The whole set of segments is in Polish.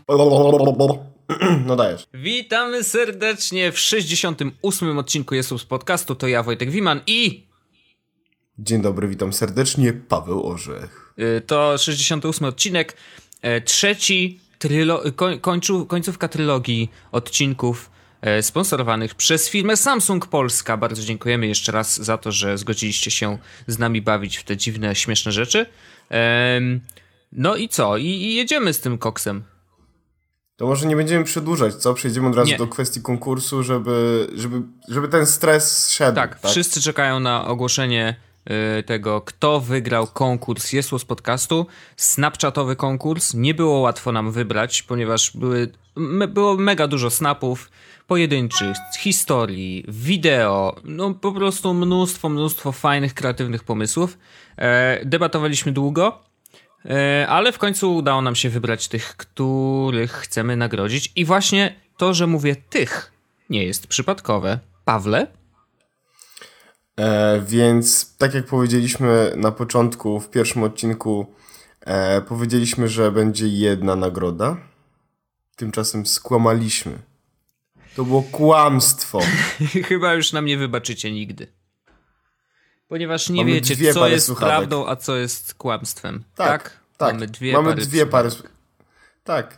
No dajesz. Witamy serdecznie w 68. odcinku Jesus Podcastu. To ja, Wojtek Wiman i... Dzień dobry, witam serdecznie, Paweł Orzech. To 68. odcinek, trzeci końcówka trylogii odcinków sponsorowanych przez firmę Samsung Polska. Bardzo dziękujemy jeszcze raz za to, że zgodziliście się z nami bawić w te dziwne, śmieszne rzeczy. No i co? I jedziemy z tym koksem. To może nie będziemy przedłużać, co? Przejdziemy od razu do kwestii konkursu, żeby ten stres szedł. Tak, wszyscy czekają na ogłoszenie tego, kto wygrał konkurs Jesus Podcastu. Snapchatowy konkurs. Nie było łatwo nam wybrać, ponieważ było mega dużo snapów pojedynczych, historii, wideo, no po prostu mnóstwo fajnych, kreatywnych pomysłów. Debatowaliśmy długo, ale w końcu udało nam się wybrać tych, których chcemy nagrodzić. I właśnie to, że mówię tych, nie jest przypadkowe. Pawle? Więc tak jak powiedzieliśmy na początku, w pierwszym odcinku, powiedzieliśmy, że będzie jedna nagroda. Tymczasem skłamaliśmy. To było kłamstwo. Chyba już nam nie wybaczycie nigdy. Ponieważ nie Mamy wiecie, co jest słuchawek. prawdą, a co jest kłamstwem. Tak. Mamy dwie pary. Tak.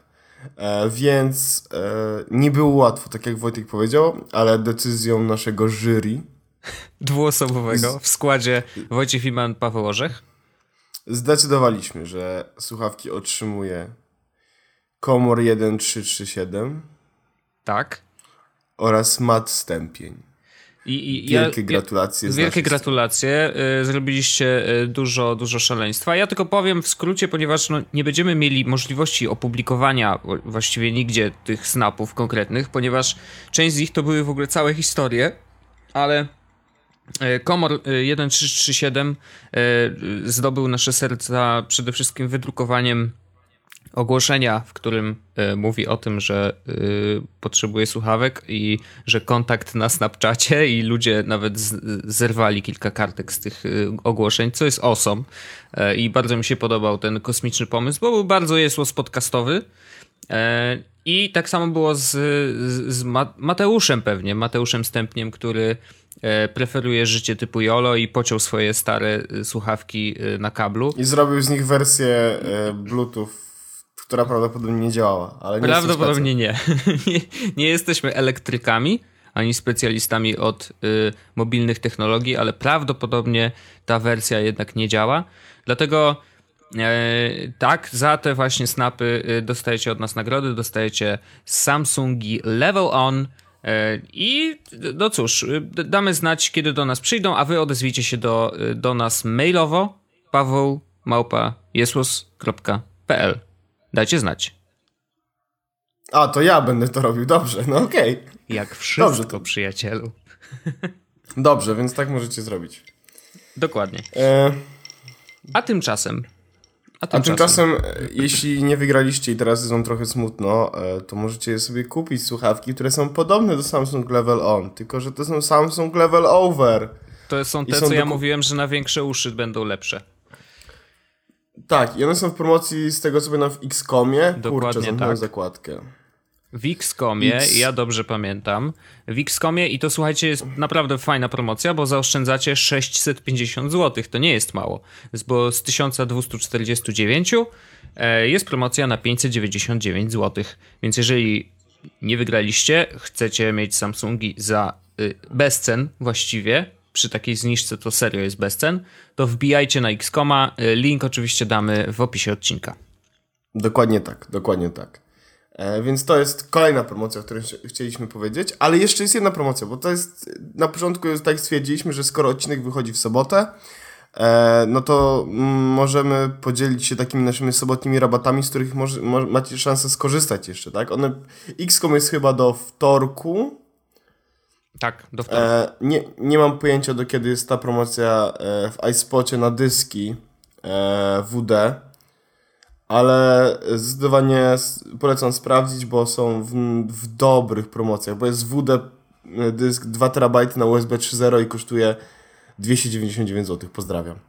Więc nie było łatwo, tak jak Wojtek powiedział, ale decyzją naszego jury dwuosobowego w składzie Wojciech Wiman, Paweł Orzech zdecydowaliśmy, że słuchawki otrzymuje Komor 1337 tak oraz Matt Stępień. Wielkie gratulacje. Wielkie gratulacje. Zrobiliście dużo szaleństwa. Ja tylko powiem w skrócie, ponieważ nie będziemy mieli możliwości opublikowania właściwie nigdzie tych snapów konkretnych, ponieważ część z nich to były w ogóle całe historie, ale Komor 1337 zdobył nasze serca przede wszystkim wydrukowaniem ogłoszenia, w którym mówi o tym, że potrzebuje słuchawek i że kontakt na Snapchacie i ludzie nawet zerwali kilka kartek z tych ogłoszeń, co jest awesome. I bardzo mi się podobał ten kosmiczny pomysł, bo był bardzo Jesus podcastowy. I tak samo było z Mateuszem pewnie, Mateuszem Stępniem, który preferuje życie typu YOLO i pociął swoje stare słuchawki na kablu. I zrobił z nich wersję Bluetooth, która prawdopodobnie nie działała. Ale nie prawdopodobnie nie. Nie jesteśmy elektrykami, ani specjalistami od mobilnych technologii, ale prawdopodobnie ta wersja jednak nie działa. Dlatego tak, za te właśnie snapy dostajecie od nas nagrody, dostajecie Samsungi Level On i no cóż, damy znać, kiedy do nas przyjdą, a wy odezwijcie się do nas mailowo paweł@jesus.pl. Dajcie znać. A, to ja będę to robił, dobrze, no okej. Jak wszystko, dobrze, to przyjacielu. Dobrze, więc tak możecie zrobić. Dokładnie. A tymczasem, jeśli nie wygraliście i teraz jest wam trochę smutno, to możecie sobie kupić słuchawki, które są podobne do Samsung Level On, tylko że to są Samsung Level Over. To są te, co ja mówiłem, że na większe uszy będą lepsze. Tak, i one są w promocji z tego, co będą w X-Comie. Dokładnie. Kurczę, tak. zakładkę. W X-Comie, ja dobrze pamiętam, w X-Comie i to słuchajcie, jest naprawdę fajna promocja, bo zaoszczędzacie 650 zł, to nie jest mało, bo z 1249 jest promocja na 599 zł, więc jeżeli nie wygraliście, chcecie mieć Samsungi za bezcen właściwie, przy takiej zniżce to serio jest bezcen, to wbijajcie na X-Coma, link oczywiście damy w opisie odcinka. Dokładnie tak. Więc to jest kolejna promocja, o której chcieliśmy powiedzieć, ale jeszcze jest jedna promocja, bo to jest, na początku tak stwierdziliśmy, że skoro odcinek wychodzi w sobotę, no to możemy podzielić się takimi naszymi sobotnimi rabatami, z których macie szansę skorzystać jeszcze, tak? X-Com jest chyba do wtorku. Tak, do wtorku. Nie mam pojęcia, do kiedy jest ta promocja w iSpocie na dyski WD, ale zdecydowanie polecam sprawdzić, bo są w dobrych promocjach, bo jest WD dysk 2 TB na USB 3.0 i kosztuje 299 zł. Pozdrawiam.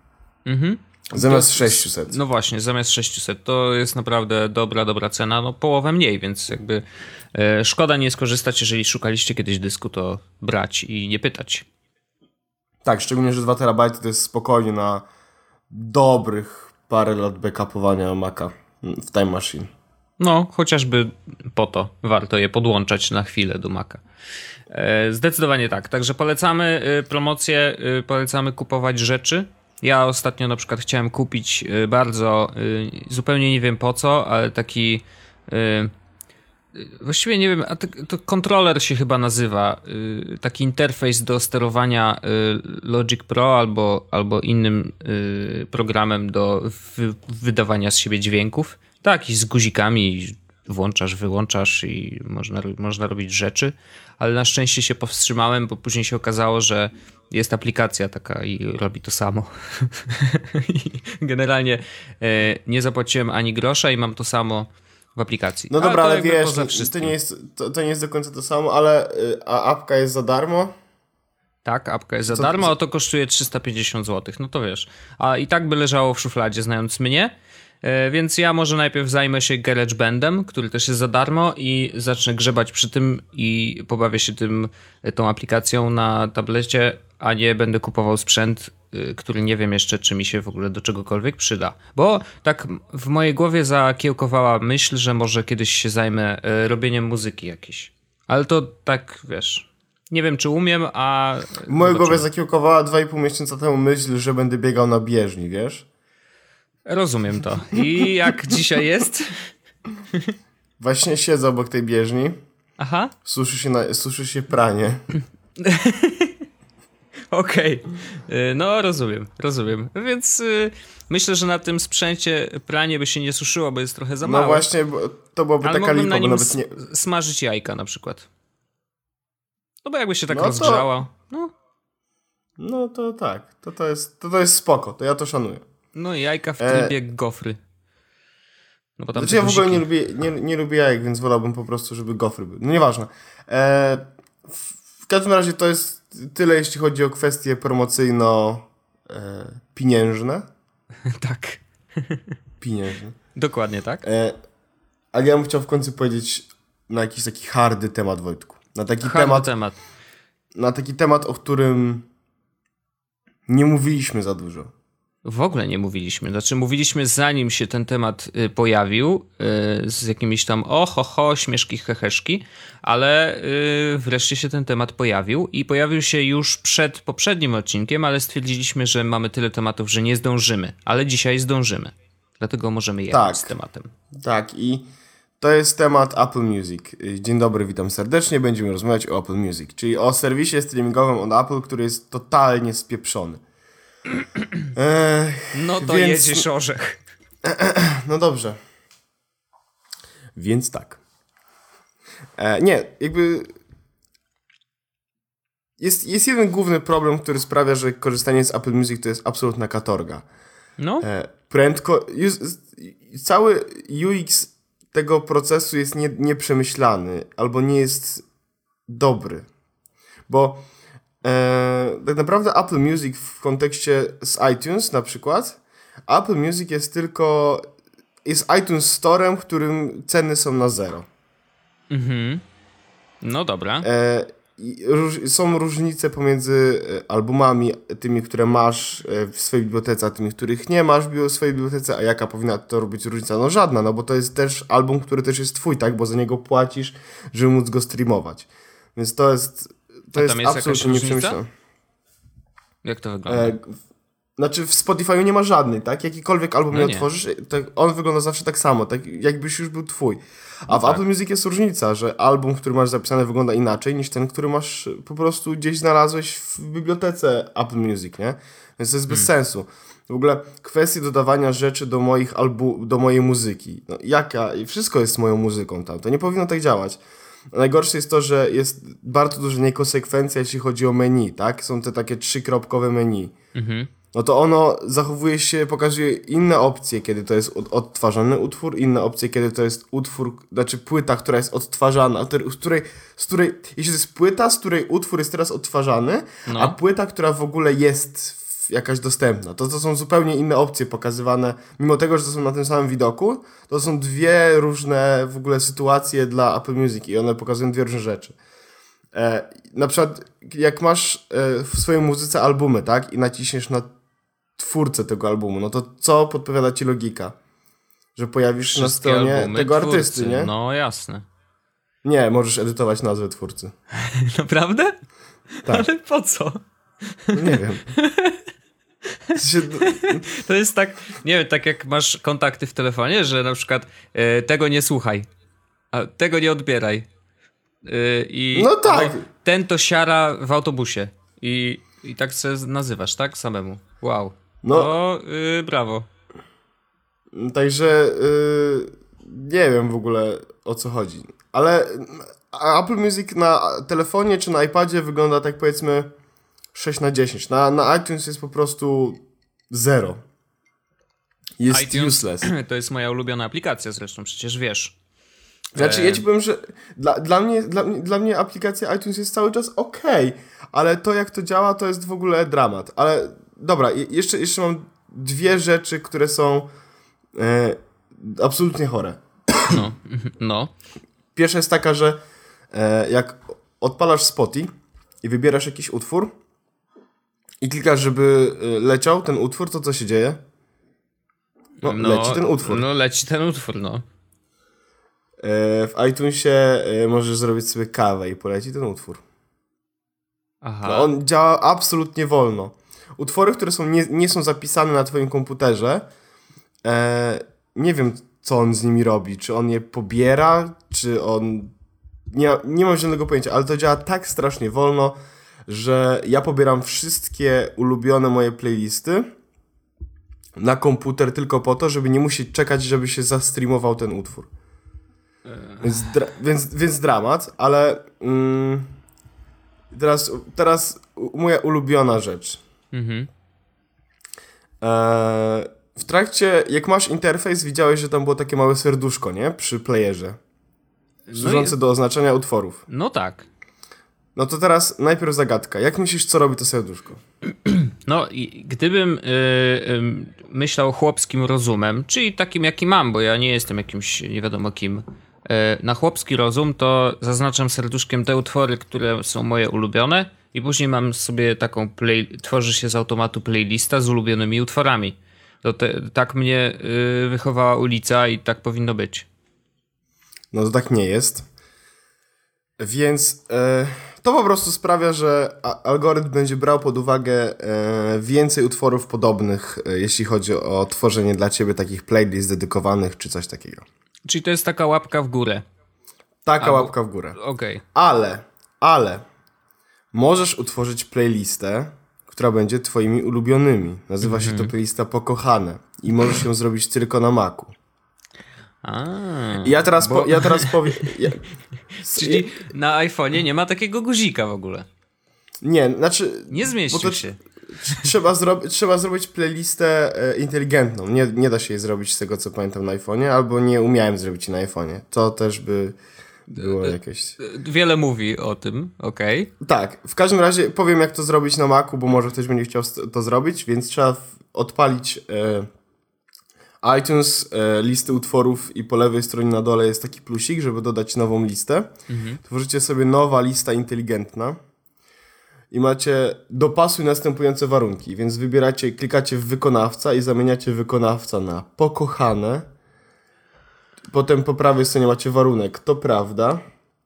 Zamiast 600. No właśnie, zamiast 600. To jest naprawdę dobra cena. No połowę mniej, więc jakby szkoda nie skorzystać, jeżeli szukaliście kiedyś dysku, to brać i nie pytać. Tak, szczególnie, że 2 terabajty to jest spokojnie na dobrych parę lat backupowania Maca w Time Machine. No, chociażby po to warto je podłączać na chwilę do Maca. Zdecydowanie tak. Także polecamy promocję, polecamy kupować rzeczy. Ja ostatnio na przykład chciałem kupić bardzo, zupełnie nie wiem po co, ale taki, właściwie nie wiem, a to kontroler się chyba nazywa, taki interfejs do sterowania Logic Pro albo innym programem do wydawania z siebie dźwięków. Tak, i z guzikami włączasz, wyłączasz i można robić rzeczy, ale na szczęście się powstrzymałem, bo później się okazało, że jest aplikacja taka i robi to samo. I generalnie nie zapłaciłem ani grosza i mam to samo w aplikacji. No dobra, ale wiesz, to nie jest do końca to samo, ale apka jest za darmo. Tak, apka jest za darmo, a to kosztuje 350 zł. No to wiesz. A i tak by leżało w szufladzie, znając mnie. Więc ja może najpierw zajmę się GarageBandem, który też jest za darmo i zacznę grzebać przy tym i pobawię się tą aplikacją na tablecie, a nie będę kupował sprzęt, który nie wiem jeszcze, czy mi się w ogóle do czegokolwiek przyda. Bo tak w mojej głowie zakiełkowała myśl, że może kiedyś się zajmę robieniem muzyki jakiejś. Ale to tak, wiesz, nie wiem, czy umiem, a... W mojej głowie zakiełkowała 2,5 miesiąca temu myśl, że będę biegał na bieżni, wiesz? Rozumiem to. I jak dzisiaj jest? Właśnie siedzę obok tej bieżni. Aha. Suszy się pranie. Okej. No rozumiem. Więc myślę, że na tym sprzęcie pranie by się nie suszyło, bo jest trochę za małe. No właśnie, to byłoby taka lipa, na nim bo nawet nie... smażyć jajka na przykład. No bo jakby się tak rozgrzało. No to tak. To jest spoko. To ja to szanuję. No i jajka w trybie gofry. No bo tam ja w ogóle nie lubię jajek, więc wolałbym po prostu, żeby gofry były. No nieważne. W każdym razie to jest tyle, jeśli chodzi o kwestie promocyjno-pieniężne. Tak. Pieniężne. Dokładnie tak. Ale ja bym chciał w końcu powiedzieć na jakiś taki hardy temat, Wojtku. Na taki temat, o którym nie mówiliśmy za dużo. W ogóle nie mówiliśmy. Znaczy mówiliśmy zanim się ten temat pojawił z jakimiś tam śmieszki, heheszki, ale wreszcie się ten temat pojawił i pojawił się już przed poprzednim odcinkiem, ale stwierdziliśmy, że mamy tyle tematów, że nie zdążymy, ale dzisiaj zdążymy. Dlatego możemy jechać z tematem. Tak, i to jest temat Apple Music. Dzień dobry, witam serdecznie. Będziemy rozmawiać o Apple Music, czyli o serwisie streamingowym od Apple, który jest totalnie spieprzony. No to jedziesz orzech. No dobrze. Więc tak. Nie, jakby jest jeden główny problem, który sprawia, że korzystanie z Apple Music to jest absolutna katorga. No. Cały UX tego procesu jest nieprzemyślany albo nie jest dobry. Bo tak naprawdę Apple Music w kontekście z iTunes na przykład, Apple Music jest iTunes Storem, w którym ceny są na zero. Mhm. No dobra. Są różnice pomiędzy albumami, tymi, które masz w swojej bibliotece, a tymi, których nie masz w swojej bibliotece, a jaka powinna to robić różnica? No żadna, no bo to jest też album, który też jest twój, tak? Bo za niego płacisz, żeby móc go streamować. Więc to jest absolutnie nieprzemyślane. Jak to wygląda? Znaczy w Spotify'u nie ma żadnej, tak? Jakikolwiek album nie otworzysz, on wygląda zawsze tak samo, tak jakbyś już był twój. A w Apple Music jest różnica, że album, który masz zapisany, wygląda inaczej niż ten, który masz po prostu gdzieś znalazłeś w bibliotece Apple Music, nie? Więc to jest bez sensu. W ogóle kwestie dodawania rzeczy do mojej muzyki. No, wszystko jest moją muzyką tam. To nie powinno tak działać. Najgorsze jest to, że jest bardzo duża niekonsekwencja, jeśli chodzi o menu, tak? Są te takie 3-kropkowe menu. Mhm. No to ono pokazuje inne opcje, kiedy to jest odtwarzany utwór, inne opcje, kiedy to jest płyta, która jest odtwarzana, jeśli to jest płyta, z której utwór jest teraz odtwarzany, a płyta, która w ogóle jest jakaś dostępna. To są zupełnie inne opcje pokazywane. Mimo tego, że to są na tym samym widoku, to są dwie różne w ogóle sytuacje dla Apple Music i one pokazują dwie różne rzeczy. Na przykład jak masz w swojej muzyce albumy, tak? I naciśniesz na twórcę tego albumu, no to co podpowiada ci logika? Że pojawisz się na stronie albumy tego twórcy. artysty, nie? No jasne. Nie, możesz edytować nazwę twórcy. Naprawdę? Tak. Ale po co? No nie wiem. To jest tak, nie wiem, tak jak masz kontakty w telefonie, że na przykład tego nie słuchaj, a tego nie odbieraj. No tak. Ten to siara w autobusie. I tak se nazywasz, tak? Samemu. Wow. No, brawo. Także nie wiem w ogóle o co chodzi. Ale Apple Music na telefonie czy na iPadzie wygląda tak powiedzmy 6/10. Na iTunes jest po prostu 0. Jest iTunes, useless. To jest moja ulubiona aplikacja zresztą, przecież wiesz. Znaczy ja ci powiem, że dla mnie aplikacja iTunes jest cały czas okej, ale to jak to działa to jest w ogóle dramat. Ale dobra, jeszcze mam dwie rzeczy, które są absolutnie chore. No. Pierwsza jest taka, że jak odpalasz Spotify i wybierasz jakiś utwór i klikasz, żeby leciał ten utwór, to co się dzieje? No, leci ten utwór. No, leci ten utwór, no. W iTunesie możesz zrobić sobie kawę i poleci ten utwór. Aha. No, on działa absolutnie wolno. Utwory, które nie są zapisane na twoim komputerze, nie wiem, co on z nimi robi. Czy on je pobiera, czy on... Nie mam żadnego pojęcia, ale to działa tak strasznie wolno, że ja pobieram wszystkie ulubione moje playlisty na komputer tylko po to, żeby nie musieć czekać, żeby się zastreamował ten utwór. Więc dramat, ale teraz moja ulubiona rzecz. Mhm. W trakcie, jak masz interfejs, widziałeś, że tam było takie małe serduszko, nie? Przy playerze. Służące do oznaczania utworów. No tak. No to teraz najpierw zagadka. Jak myślisz, co robi to serduszko? No i gdybym myślał chłopskim rozumem, czyli takim jaki mam, bo ja nie jestem jakimś nie wiadomo kim, na chłopski rozum to zaznaczam serduszkiem te utwory, które są moje ulubione i później mam sobie taką tworzy się z automatu playlista z ulubionymi utworami. Tak mnie wychowała ulica i tak powinno być. No to tak nie jest. Więc to po prostu sprawia, że algorytm będzie brał pod uwagę więcej utworów podobnych, jeśli chodzi o tworzenie dla ciebie takich playlist dedykowanych czy coś takiego. Czyli to jest taka łapka w górę. Łapka w górę. Okej. Ale możesz utworzyć playlistę, która będzie twoimi ulubionymi. Nazywa się to playlista Pokochane i możesz ją zrobić tylko na Macu. I ja teraz powiem... Czyli na iPhone'ie nie ma takiego guzika w ogóle. Nie, znaczy... Nie zmieścił się. Trzeba zrobić playlistę inteligentną. Nie da się jej zrobić z tego, co pamiętam na iPhone'ie, albo nie umiałem zrobić na iPhone'ie. To też by było jakieś... Wiele mówi o tym, okej. Tak, w każdym razie powiem, jak to zrobić na Macu, bo może ktoś będzie chciał to zrobić, więc trzeba odpalić iTunes, listy utworów i po lewej stronie na dole jest taki plusik, żeby dodać nową listę. Tworzycie sobie nowa lista inteligentna i dopasuj następujące warunki, więc klikacie w wykonawca i zamieniacie wykonawca na pokochane. Potem po prawej stronie macie warunek, to prawda.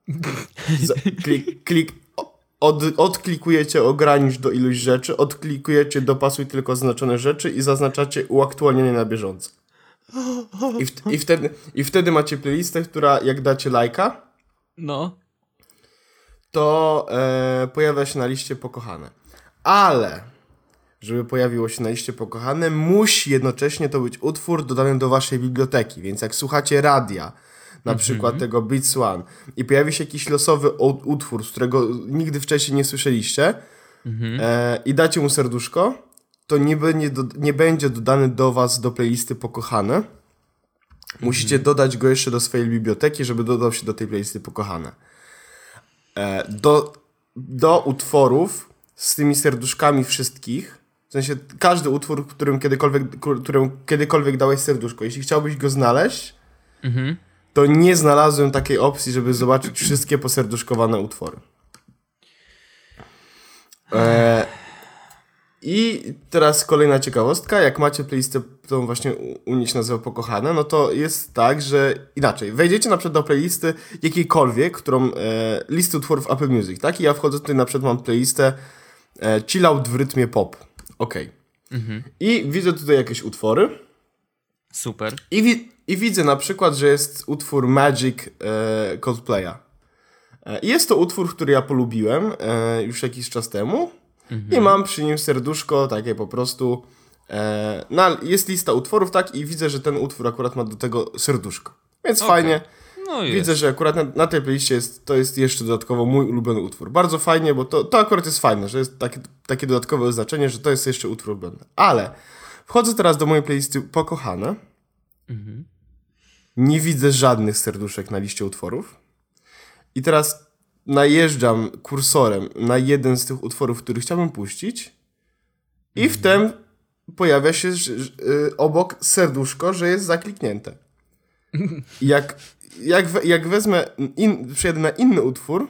Odklikujecie ogranicz do iluś rzeczy, odklikujecie dopasuj tylko zaznaczone rzeczy i zaznaczacie uaktualnienie na bieżąco. I wtedy macie playlistę, która jak dacie lajka, no, to pojawia się na liście pokochane. Ale żeby pojawiło się na liście pokochane, musi jednocześnie to być utwór dodany do waszej biblioteki. Więc jak słuchacie radia, na przykład tego Beats One i pojawi się jakiś losowy utwór, z którego nigdy wcześniej nie słyszeliście i dacie mu serduszko, to nie będzie dodany do was do playlisty pokochane. Musicie dodać go jeszcze do swojej biblioteki, żeby dodał się do tej playlisty pokochane. Do utworów z tymi serduszkami wszystkich W sensie każdy utwór, którym kiedykolwiek dałeś serduszko. Jeśli chciałbyś go znaleźć, to nie znalazłem takiej opcji, żeby zobaczyć wszystkie poserduszkowane utwory. I teraz kolejna ciekawostka. Jak macie playlistę, którą właśnie u nich się nazywa Pokochane, no to jest tak, że inaczej. Wejdziecie na przykład do playlisty jakiejkolwiek, listy utworów Apple Music, tak? I ja wchodzę tutaj, na przykład mam playlistę Chill Out w rytmie pop. Okej. I widzę tutaj jakieś utwory. Super. I widzę na przykład, że jest utwór Magic Coldplaya. I jest to utwór, który ja polubiłem już jakiś czas temu. I mam przy nim serduszko takie po prostu. Jest lista utworów, tak? I widzę, że ten utwór akurat ma do tego serduszko. Więc fajnie. No widzę, że akurat na tej playliście to jest jeszcze dodatkowo mój ulubiony utwór. Bardzo fajnie, bo to akurat jest fajne, że jest takie dodatkowe oznaczenie, że to jest jeszcze utwór ulubiony. Ale wchodzę teraz do mojej playlisty Pokochane. Nie widzę żadnych serduszek na liście utworów. I teraz najeżdżam kursorem na jeden z tych utworów, który chciałbym puścić. I wtem pojawia się obok serduszko, że jest zakliknięte. Jak wezmę, przyjadę na inny utwór,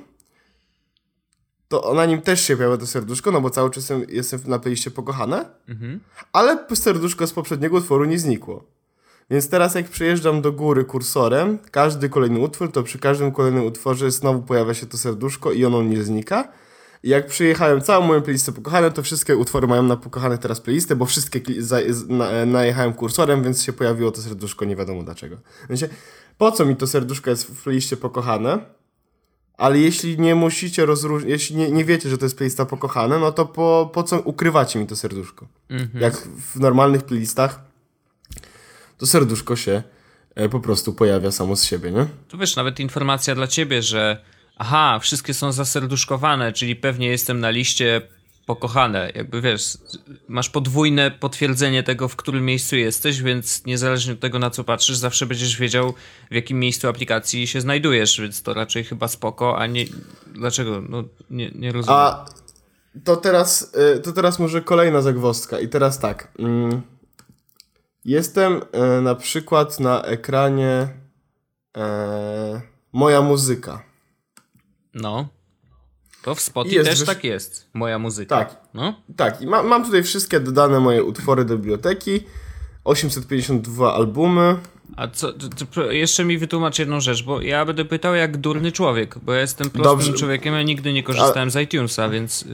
to na nim też się pojawia to serduszko, no bo cały czas jestem na playliście Pokochane, ale serduszko z poprzedniego utworu nie znikło. Więc teraz jak przejeżdżam do góry kursorem, każdy kolejny utwór, to przy każdym kolejnym utworze znowu pojawia się to serduszko i ono nie znika. I jak przyjechałem całą moją playlistę Pokochane, to wszystkie utwory mają na Pokochane teraz playlistę, bo wszystkie najechałem kursorem, więc się pojawiło to serduszko, nie wiadomo dlaczego. Wiecie, po co mi to serduszko jest w playliście Pokochane? Ale jeśli nie musicie jeśli nie wiecie, że to jest playlista Pokochane, no to po co ukrywacie mi to serduszko? Jak w normalnych playlistach to serduszko się po prostu pojawia samo z siebie, nie? Tu wiesz, nawet informacja dla ciebie, że wszystkie są zaserduszkowane, czyli pewnie jestem na liście Pokochane. Jakby wiesz, masz podwójne potwierdzenie tego, w którym miejscu jesteś, więc niezależnie od tego, na co patrzysz, zawsze będziesz wiedział, w jakim miejscu aplikacji się znajdujesz, więc to raczej chyba spoko, a nie... Dlaczego? No, nie rozumiem. To teraz może kolejna zagwozdka i teraz tak... Jestem na przykład na ekranie Moja muzyka. No. To w Spotify też tak jest. Moja muzyka. Tak. No. Tak. I mam tutaj wszystkie dodane moje utwory do biblioteki. 852 albumy. A jeszcze mi wytłumacz jedną rzecz, bo ja będę pytał jak durny człowiek, bo ja jestem prostym człowiekiem, ja nigdy nie korzystałem z iTunesa, więc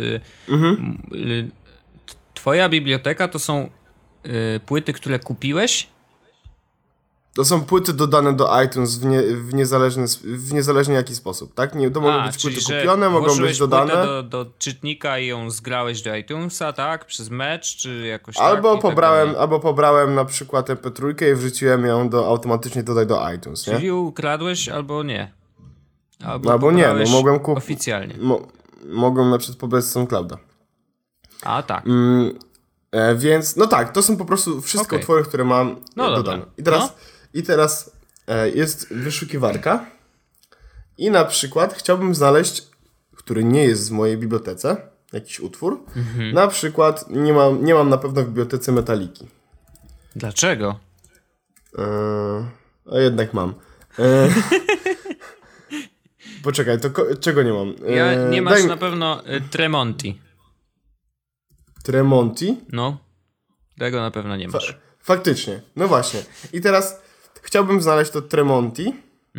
twoja biblioteka to są płyty, które kupiłeś? To są płyty dodane do iTunes w niezależnie jaki sposób, tak? To mogą być płyty kupione, mogą być dodane. Płytę do czytnika i ją zgrałeś do iTunesa, tak? Przez mecz, czy jakoś albo pobrałem na przykład MP3 i wrzuciłem ją automatycznie dodaj do iTunes, nie? Czyli ukradłeś albo nie? Albo nie, no mogłem kupić. Oficjalnie. Mogłem na przykład pobrać z SoundClouda. A tak. Więc, no tak, to są po prostu wszystkie utwory, które mam dodane. I teraz jest wyszukiwarka i na przykład chciałbym znaleźć, który nie jest w mojej bibliotece, jakiś utwór. Na przykład nie mam na pewno w bibliotece Metaliki. Dlaczego? A jednak mam. Poczekaj, to czego nie mam? Nie masz na pewno Tremonti. Tremonti? No, tego na pewno nie masz. Faktycznie, no właśnie. I teraz chciałbym znaleźć to Tremonti,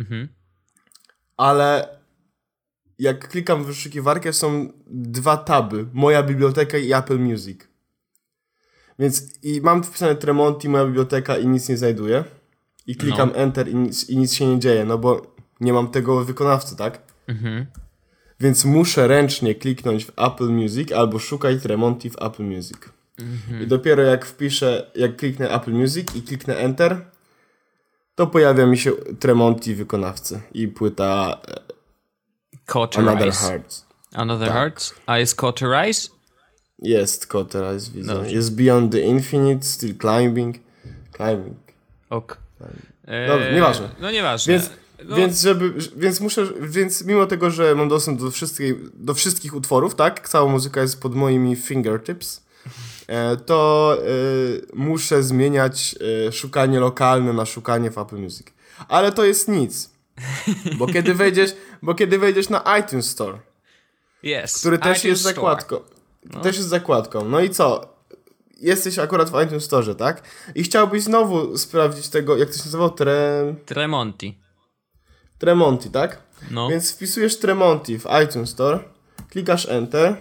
ale jak klikam w wyszukiwarkę, są dwa taby. Moja biblioteka i Apple Music. Więc mam wpisane Tremonti, moja biblioteka i nic nie znajduję. I klikam Enter i nic się nie dzieje, no bo nie mam tego wykonawcy, tak? Więc muszę ręcznie kliknąć w Apple Music albo szukaj Tremonti w Apple Music. I dopiero jak kliknę Apple Music i kliknę Enter, to pojawia mi się Tremonti wykonawcy i płyta Another Hearts. Another Hearts? A jest Cauterize? Jest Cauterize, widzę. Dobrze. Jest Beyond the Infinite, Still Climbing. Ok. Dobrze, nieważne. No nieważne. Więc mimo tego, że mam dostęp do wszystkich utworów, tak? Cała muzyka jest pod moimi fingertips. to muszę zmieniać szukanie lokalne na szukanie w Apple Music. Ale to jest nic. Bo kiedy wejdziesz na iTunes Store, który też iTunes jest Store. zakładką. Też jest zakładką. No i co? Jesteś akurat w iTunes Store, tak? I chciałbyś znowu sprawdzić tego, jak to się nazywało? Tremonti, tak? No. Więc wpisujesz Tremonti w iTunes Store, klikasz Enter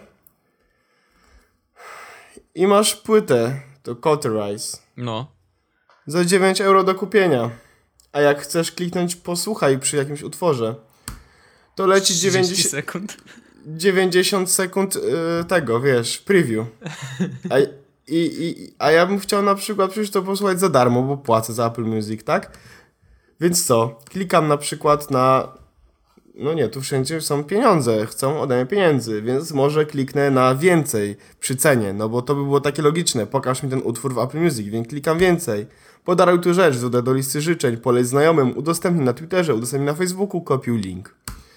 i masz płytę, to Cauterize. No. Za 9 euro do kupienia. A jak chcesz kliknąć posłuchaj przy jakimś utworze, to leci 90 sekund tego, wiesz, preview. A ja bym chciał na przykład przecież to posłuchać za darmo, bo płacę za Apple Music, tak? Więc co? Klikam na przykład na... No nie, tu wszędzie są pieniądze, chcą ode mnie pieniędzy, więc może kliknę na więcej przy cenie, no bo to by było takie logiczne. Pokaż mi ten utwór w Apple Music, więc klikam więcej. Podaruj tu rzecz, dodaj do listy życzeń, poleć znajomym, udostępnij na Twitterze, udostępnij na Facebooku, kopiuj link.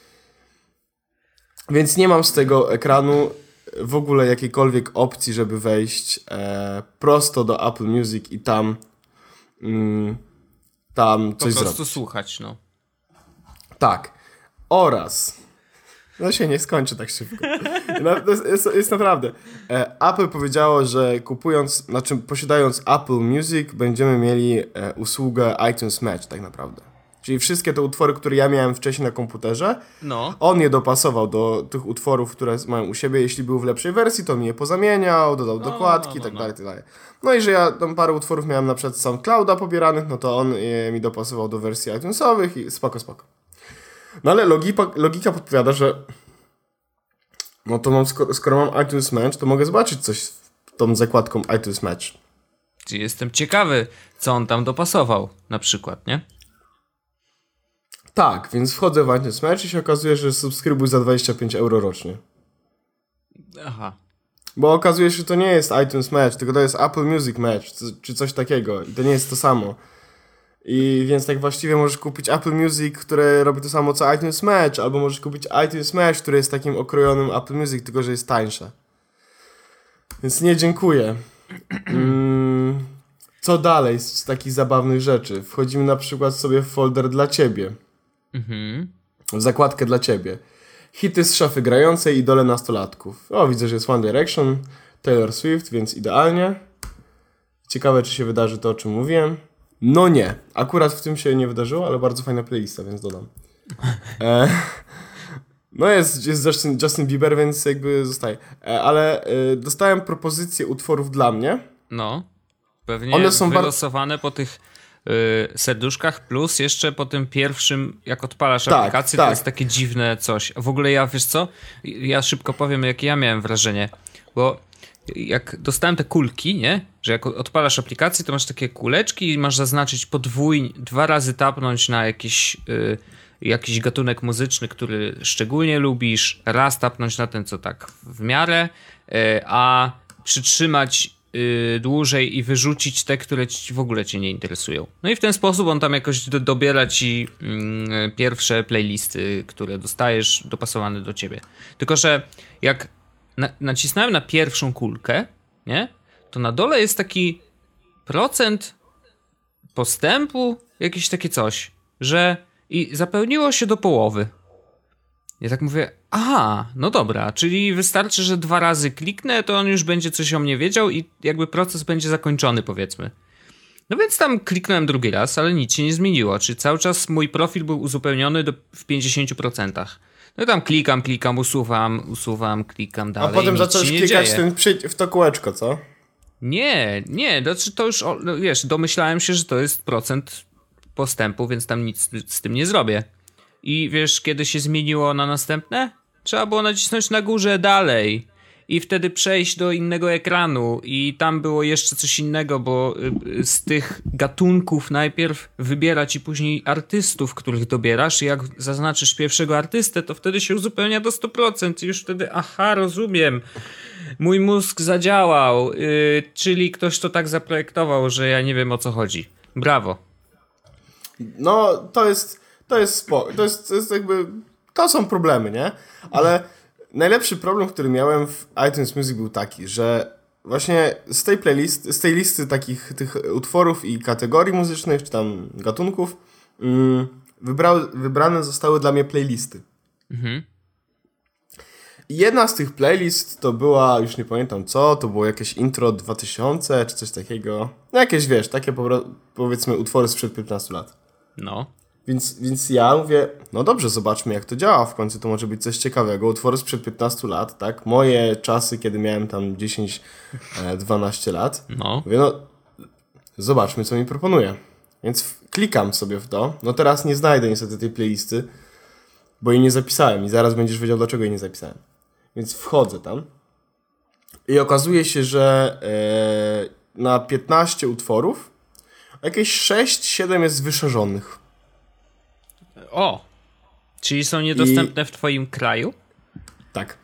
Więc nie mam z tego ekranu w ogóle jakiejkolwiek opcji, żeby wejść prosto do Apple Music i tam coś zrobić. Po prostu słuchać, no. Tak. Oraz... No się nie skończy tak szybko. No, jest naprawdę. Apple powiedziało, że posiadając Apple Music będziemy mieli usługę iTunes Match tak naprawdę. Czyli wszystkie te utwory, które ja miałem wcześniej na komputerze, on je dopasował do tych utworów, które mają u siebie. Jeśli był w lepszej wersji, to mi je pozamieniał, dodał dokładki i tak dalej. No i że ja tam parę utworów miałem na przykład z SoundClouda pobieranych, no to on je mi dopasował do wersji iTunesowych i spoko. No ale logika podpowiada, że no to skoro mam iTunes Match, to mogę zobaczyć coś z tą zakładką iTunes Match. Czyli jestem ciekawy, co on tam dopasował, na przykład, nie? Tak, więc wchodzę w iTunes Match i się okazuje, że subskrybuj za 25 euro rocznie. Aha. Bo okazuje się, że to nie jest iTunes Match, tylko to jest Apple Music Match, czy coś takiego. I to nie jest to samo. I więc tak właściwie możesz kupić Apple Music, które robi to samo co iTunes Match, albo możesz kupić iTunes Match, który jest takim okrojonym Apple Music, tylko że jest tańsze. Więc nie, dziękuję. Co dalej z takich zabawnych rzeczy? Wchodzimy na przykład sobie w folder dla ciebie. W zakładkę dla ciebie. Hity z szafy grającej, idole nastolatków. O, widzę, że jest One Direction, Taylor Swift, więc idealnie. Ciekawe, czy się wydarzy to, o czym mówiłem. No nie. Akurat w tym się nie wydarzyło, ale bardzo fajna playlista, więc dodam. No jest Justin Bieber, więc jakby zostaje. Ale dostałem propozycję utworów dla mnie. No. Pewnie one są wylosowane po tych serduszkach, plus jeszcze po tym pierwszym, jak odpalasz aplikację, to jest takie dziwne coś. W ogóle ja, wiesz co? Ja szybko powiem, jakie ja miałem wrażenie. Bo jak dostałem te kulki, nie? Że jak odpalasz aplikację, to masz takie kuleczki i masz zaznaczyć dwa razy tapnąć na jakiś gatunek muzyczny, który szczególnie lubisz, raz tapnąć na ten, co tak w miarę, a przytrzymać dłużej i wyrzucić te, które w ogóle cię nie interesują. No i w ten sposób on tam jakoś dobiera ci pierwsze playlisty, które dostajesz, dopasowane do ciebie. Tylko że jak nacisnąłem na pierwszą kulkę, nie? To na dole jest taki procent postępu, jakieś takie coś, że i zapełniło się do połowy. Ja tak mówię, aha, no dobra, czyli wystarczy, że 2 razy kliknę, to on już będzie coś o mnie wiedział i jakby proces będzie zakończony, powiedzmy. No więc tam kliknąłem drugi raz, ale nic się nie zmieniło, czyli cały czas mój profil był uzupełniony w 50%. No i tam klikam, usuwam, klikam dalej. A potem zacząłeś klikać w to kółeczko, co? Nie, znaczy to już, no wiesz, domyślałem się, że to jest procent postępu, więc tam nic z tym nie zrobię. I wiesz, kiedy się zmieniło na następne? Trzeba było nacisnąć na górze dalej i wtedy przejść do innego ekranu i tam było jeszcze coś innego, bo z tych gatunków najpierw wybierać i później artystów, których dobierasz i jak zaznaczysz pierwszego artystę, to wtedy się uzupełnia do 100% i już wtedy, aha, rozumiem, mój mózg zadziałał, czyli ktoś to tak zaprojektował, że ja nie wiem, o co chodzi. Brawo. No, to jest jakby, to są problemy, nie? Ale najlepszy problem, który miałem w iTunes Music był taki, że właśnie z tej listy takich tych utworów i kategorii muzycznych, czy tam gatunków, wybrane zostały dla mnie playlisty. Mhm. I jedna z tych playlist to była, już nie pamiętam co, to było jakieś intro 2000 czy coś takiego. No jakieś, wiesz, takie powiedzmy utwory sprzed 15 lat. No. Więc ja mówię, no dobrze, zobaczmy jak to działa, w końcu to może być coś ciekawego. Utwory sprzed 15 lat, tak? Moje czasy, kiedy miałem tam 10-12 lat. No. Mówię, no zobaczmy co mi proponuje. Więc klikam sobie w to. No teraz nie znajdę niestety tej playlisty, bo jej nie zapisałem i zaraz będziesz wiedział dlaczego jej nie zapisałem. Więc wchodzę tam i okazuje się, że na 15 utworów jakieś 6-7 jest wyszerzonych. O! Czyli są niedostępne w twoim kraju? Tak.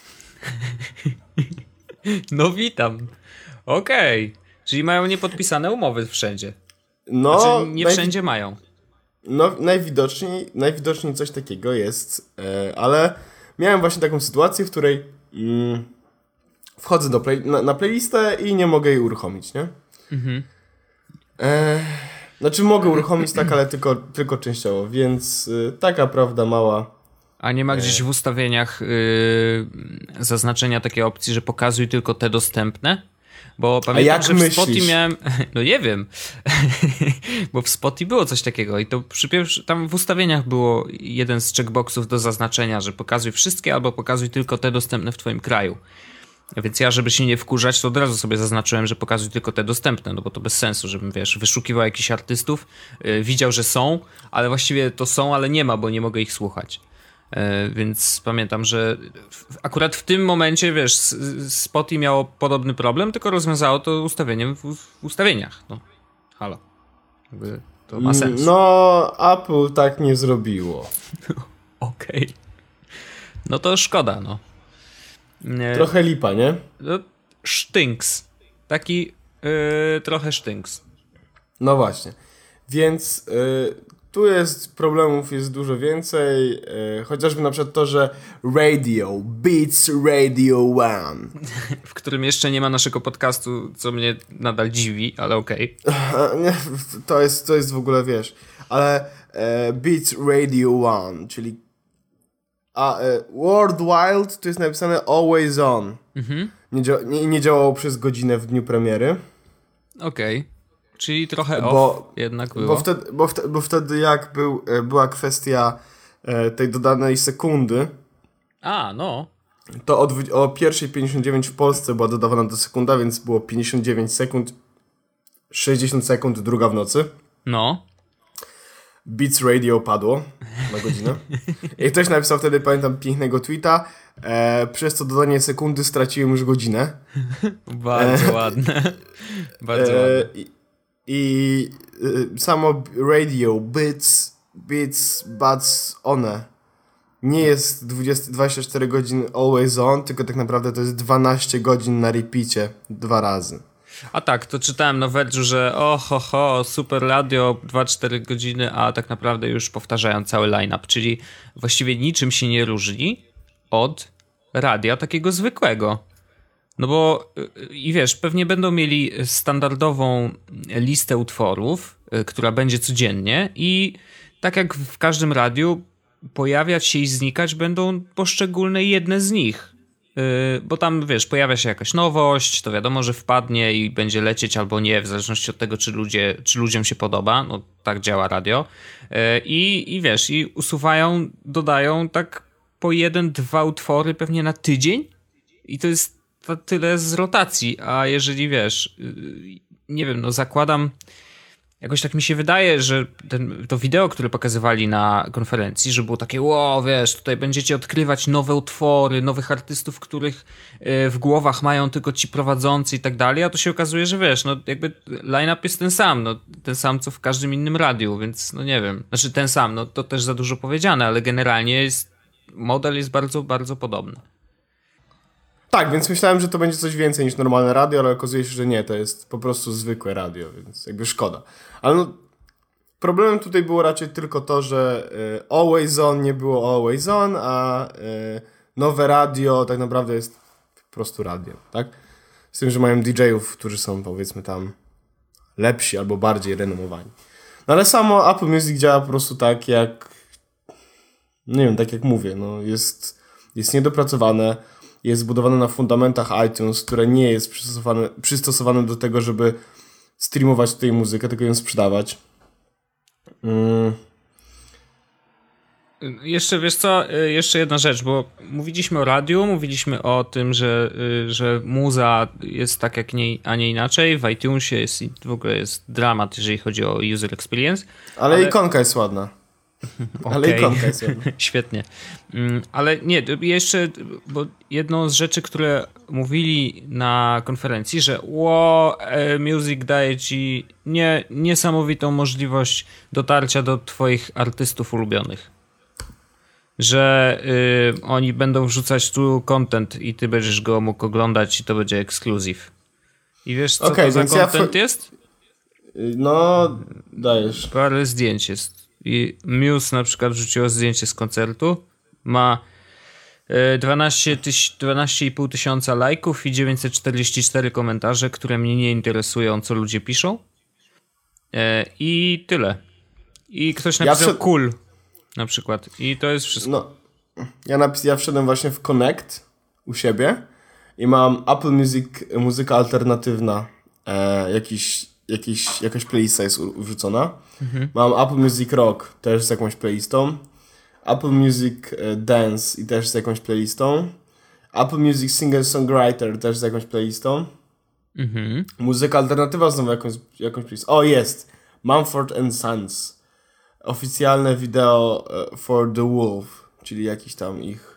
No witam. Okej. Czyli mają niepodpisane umowy wszędzie. No, Znaczy nie wszędzie mają. No, najwidoczniej coś takiego jest, ale miałem właśnie taką sytuację, w której wchodzę na playlistę i nie mogę jej uruchomić, nie? Mhm. Znaczy mogę uruchomić tak, ale tylko częściowo, więc taka prawda mała. A nie ma gdzieś w ustawieniach zaznaczenia takiej opcji, że pokazuj tylko te dostępne? Bo pamiętam, że w Spotify miałem... No nie wiem. Bo w Spotify było coś takiego i to tam w ustawieniach było jeden z checkboxów do zaznaczenia, że pokazuj wszystkie albo pokazuj tylko te dostępne w twoim kraju. Więc ja, żeby się nie wkurzać, to od razu sobie zaznaczyłem, że pokazuj tylko te dostępne, no bo to bez sensu, żebym, wiesz, wyszukiwał jakichś artystów, widział, że są, ale właściwie to są, ale nie ma, bo nie mogę ich słuchać. Więc pamiętam, że akurat w tym momencie, wiesz, Spotify miało podobny problem, tylko rozwiązało to ustawieniem w ustawieniach. No, halo. Jakby to ma sens. No, Apple tak nie zrobiło. Okej. No to szkoda, no. Trochę lipa, nie? No, sztynks. Taki trochę sztynks. No właśnie. Więc tu problemów jest dużo więcej. Chociażby na przykład to, że Beats Radio One. W którym jeszcze nie ma naszego podcastu, co mnie nadal dziwi, ale okej. To jest w ogóle, wiesz. Ale Beats Radio One, czyli World Wild to jest napisane Always On. Mhm. Nie działało przez godzinę w dniu premiery. Okej. Czyli trochę off jednak było. Bo wtedy jak była kwestia tej dodanej sekundy, no. to o 1:59 w Polsce była dodawana do sekunda, więc było 59 sekund, 60 sekund, druga w nocy. No. Beats Radio padło na godzinę. I ktoś napisał wtedy, pamiętam, pięknego tweeta, przez to dodanie sekundy straciłem już godzinę. Bardzo ładne. Bardzo ładne. I samo radio, Beats, one nie jest 24 godzin always on, tylko tak naprawdę to jest 12 godzin na repeacie 2 razy. A tak, to czytałem na Verge'u, że super radio, 2-4 godziny, a tak naprawdę już powtarzają cały line-up, czyli właściwie niczym się nie różni od radia takiego zwykłego. No bo, i wiesz, pewnie będą mieli standardową listę utworów, która będzie codziennie i tak jak w każdym radiu pojawiać się i znikać będą poszczególne jedne z nich. Bo tam, wiesz, pojawia się jakaś nowość, to wiadomo, że wpadnie i będzie lecieć albo nie, w zależności od tego, czy ludziom się podoba. No tak działa radio. I wiesz, i usuwają, dodają tak po 1-2 utwory pewnie na tydzień i to jest tyle z rotacji, a jeżeli wiesz, nie wiem, no zakładam, jakoś tak mi się wydaje, że to wideo, które pokazywali na konferencji, że było takie, wiesz, tutaj będziecie odkrywać nowe utwory, nowych artystów, których w głowach mają tylko ci prowadzący i tak dalej, a to się okazuje, że wiesz, no jakby line-up jest ten sam co w każdym innym radiu, więc no nie wiem, znaczy ten sam, no to też za dużo powiedziane, ale generalnie model jest bardzo, bardzo podobny. Tak, więc myślałem, że to będzie coś więcej niż normalne radio, ale okazuje się, że nie, to jest po prostu zwykłe radio, więc jakby szkoda. Ale no, problemem tutaj było raczej tylko to, że Always On nie było Always On, a nowe radio tak naprawdę jest po prostu radio, tak? Z tym, że mają DJ-ów, którzy są powiedzmy tam lepsi albo bardziej renomowani. No ale samo Apple Music działa po prostu tak jak, nie wiem, tak jak mówię, no jest niedopracowane, jest zbudowane na fundamentach iTunes, które nie jest przystosowane do tego, żeby streamować tutaj muzykę, tylko ją sprzedawać. Jeszcze, wiesz co, jeszcze jedna rzecz, bo mówiliśmy o radiu, mówiliśmy o tym, że muza jest tak jak a nie inaczej, w iTunesie w ogóle jest dramat, jeżeli chodzi o user experience. Ale ikonka jest ładna. Ale ikonka jest ładna. Świetnie. Ale nie, jeszcze, bo jedną z rzeczy, które mówili na konferencji, że Music daje ci niesamowitą możliwość dotarcia do twoich artystów ulubionych. Że oni będą wrzucać tu content i ty będziesz go mógł oglądać i to będzie ekskluzyw. I wiesz, co to za content jest? No, dajesz. Parę zdjęć jest. I Muse na przykład wrzuciło zdjęcie z koncertu. Ma 12,5 tysiąca lajków i 944 komentarze, które mnie nie interesują, co ludzie piszą. I tyle. I ktoś napisał cool na przykład. I to jest wszystko. No, ja wszedłem właśnie w Connect u siebie i mam Apple Music, muzyka alternatywna, jakaś playlista jest wrzucona. Mam Apple Music Rock też z jakąś playlistą. Apple Music Dance i też z jakąś playlistą. Apple Music Singer-Songwriter też z jakąś playlistą. Muzyka alternatywa znowu jakąś playlistą. O, jest! Mumford & Sons. Oficjalne wideo For the Wolf, czyli jakiś tam ich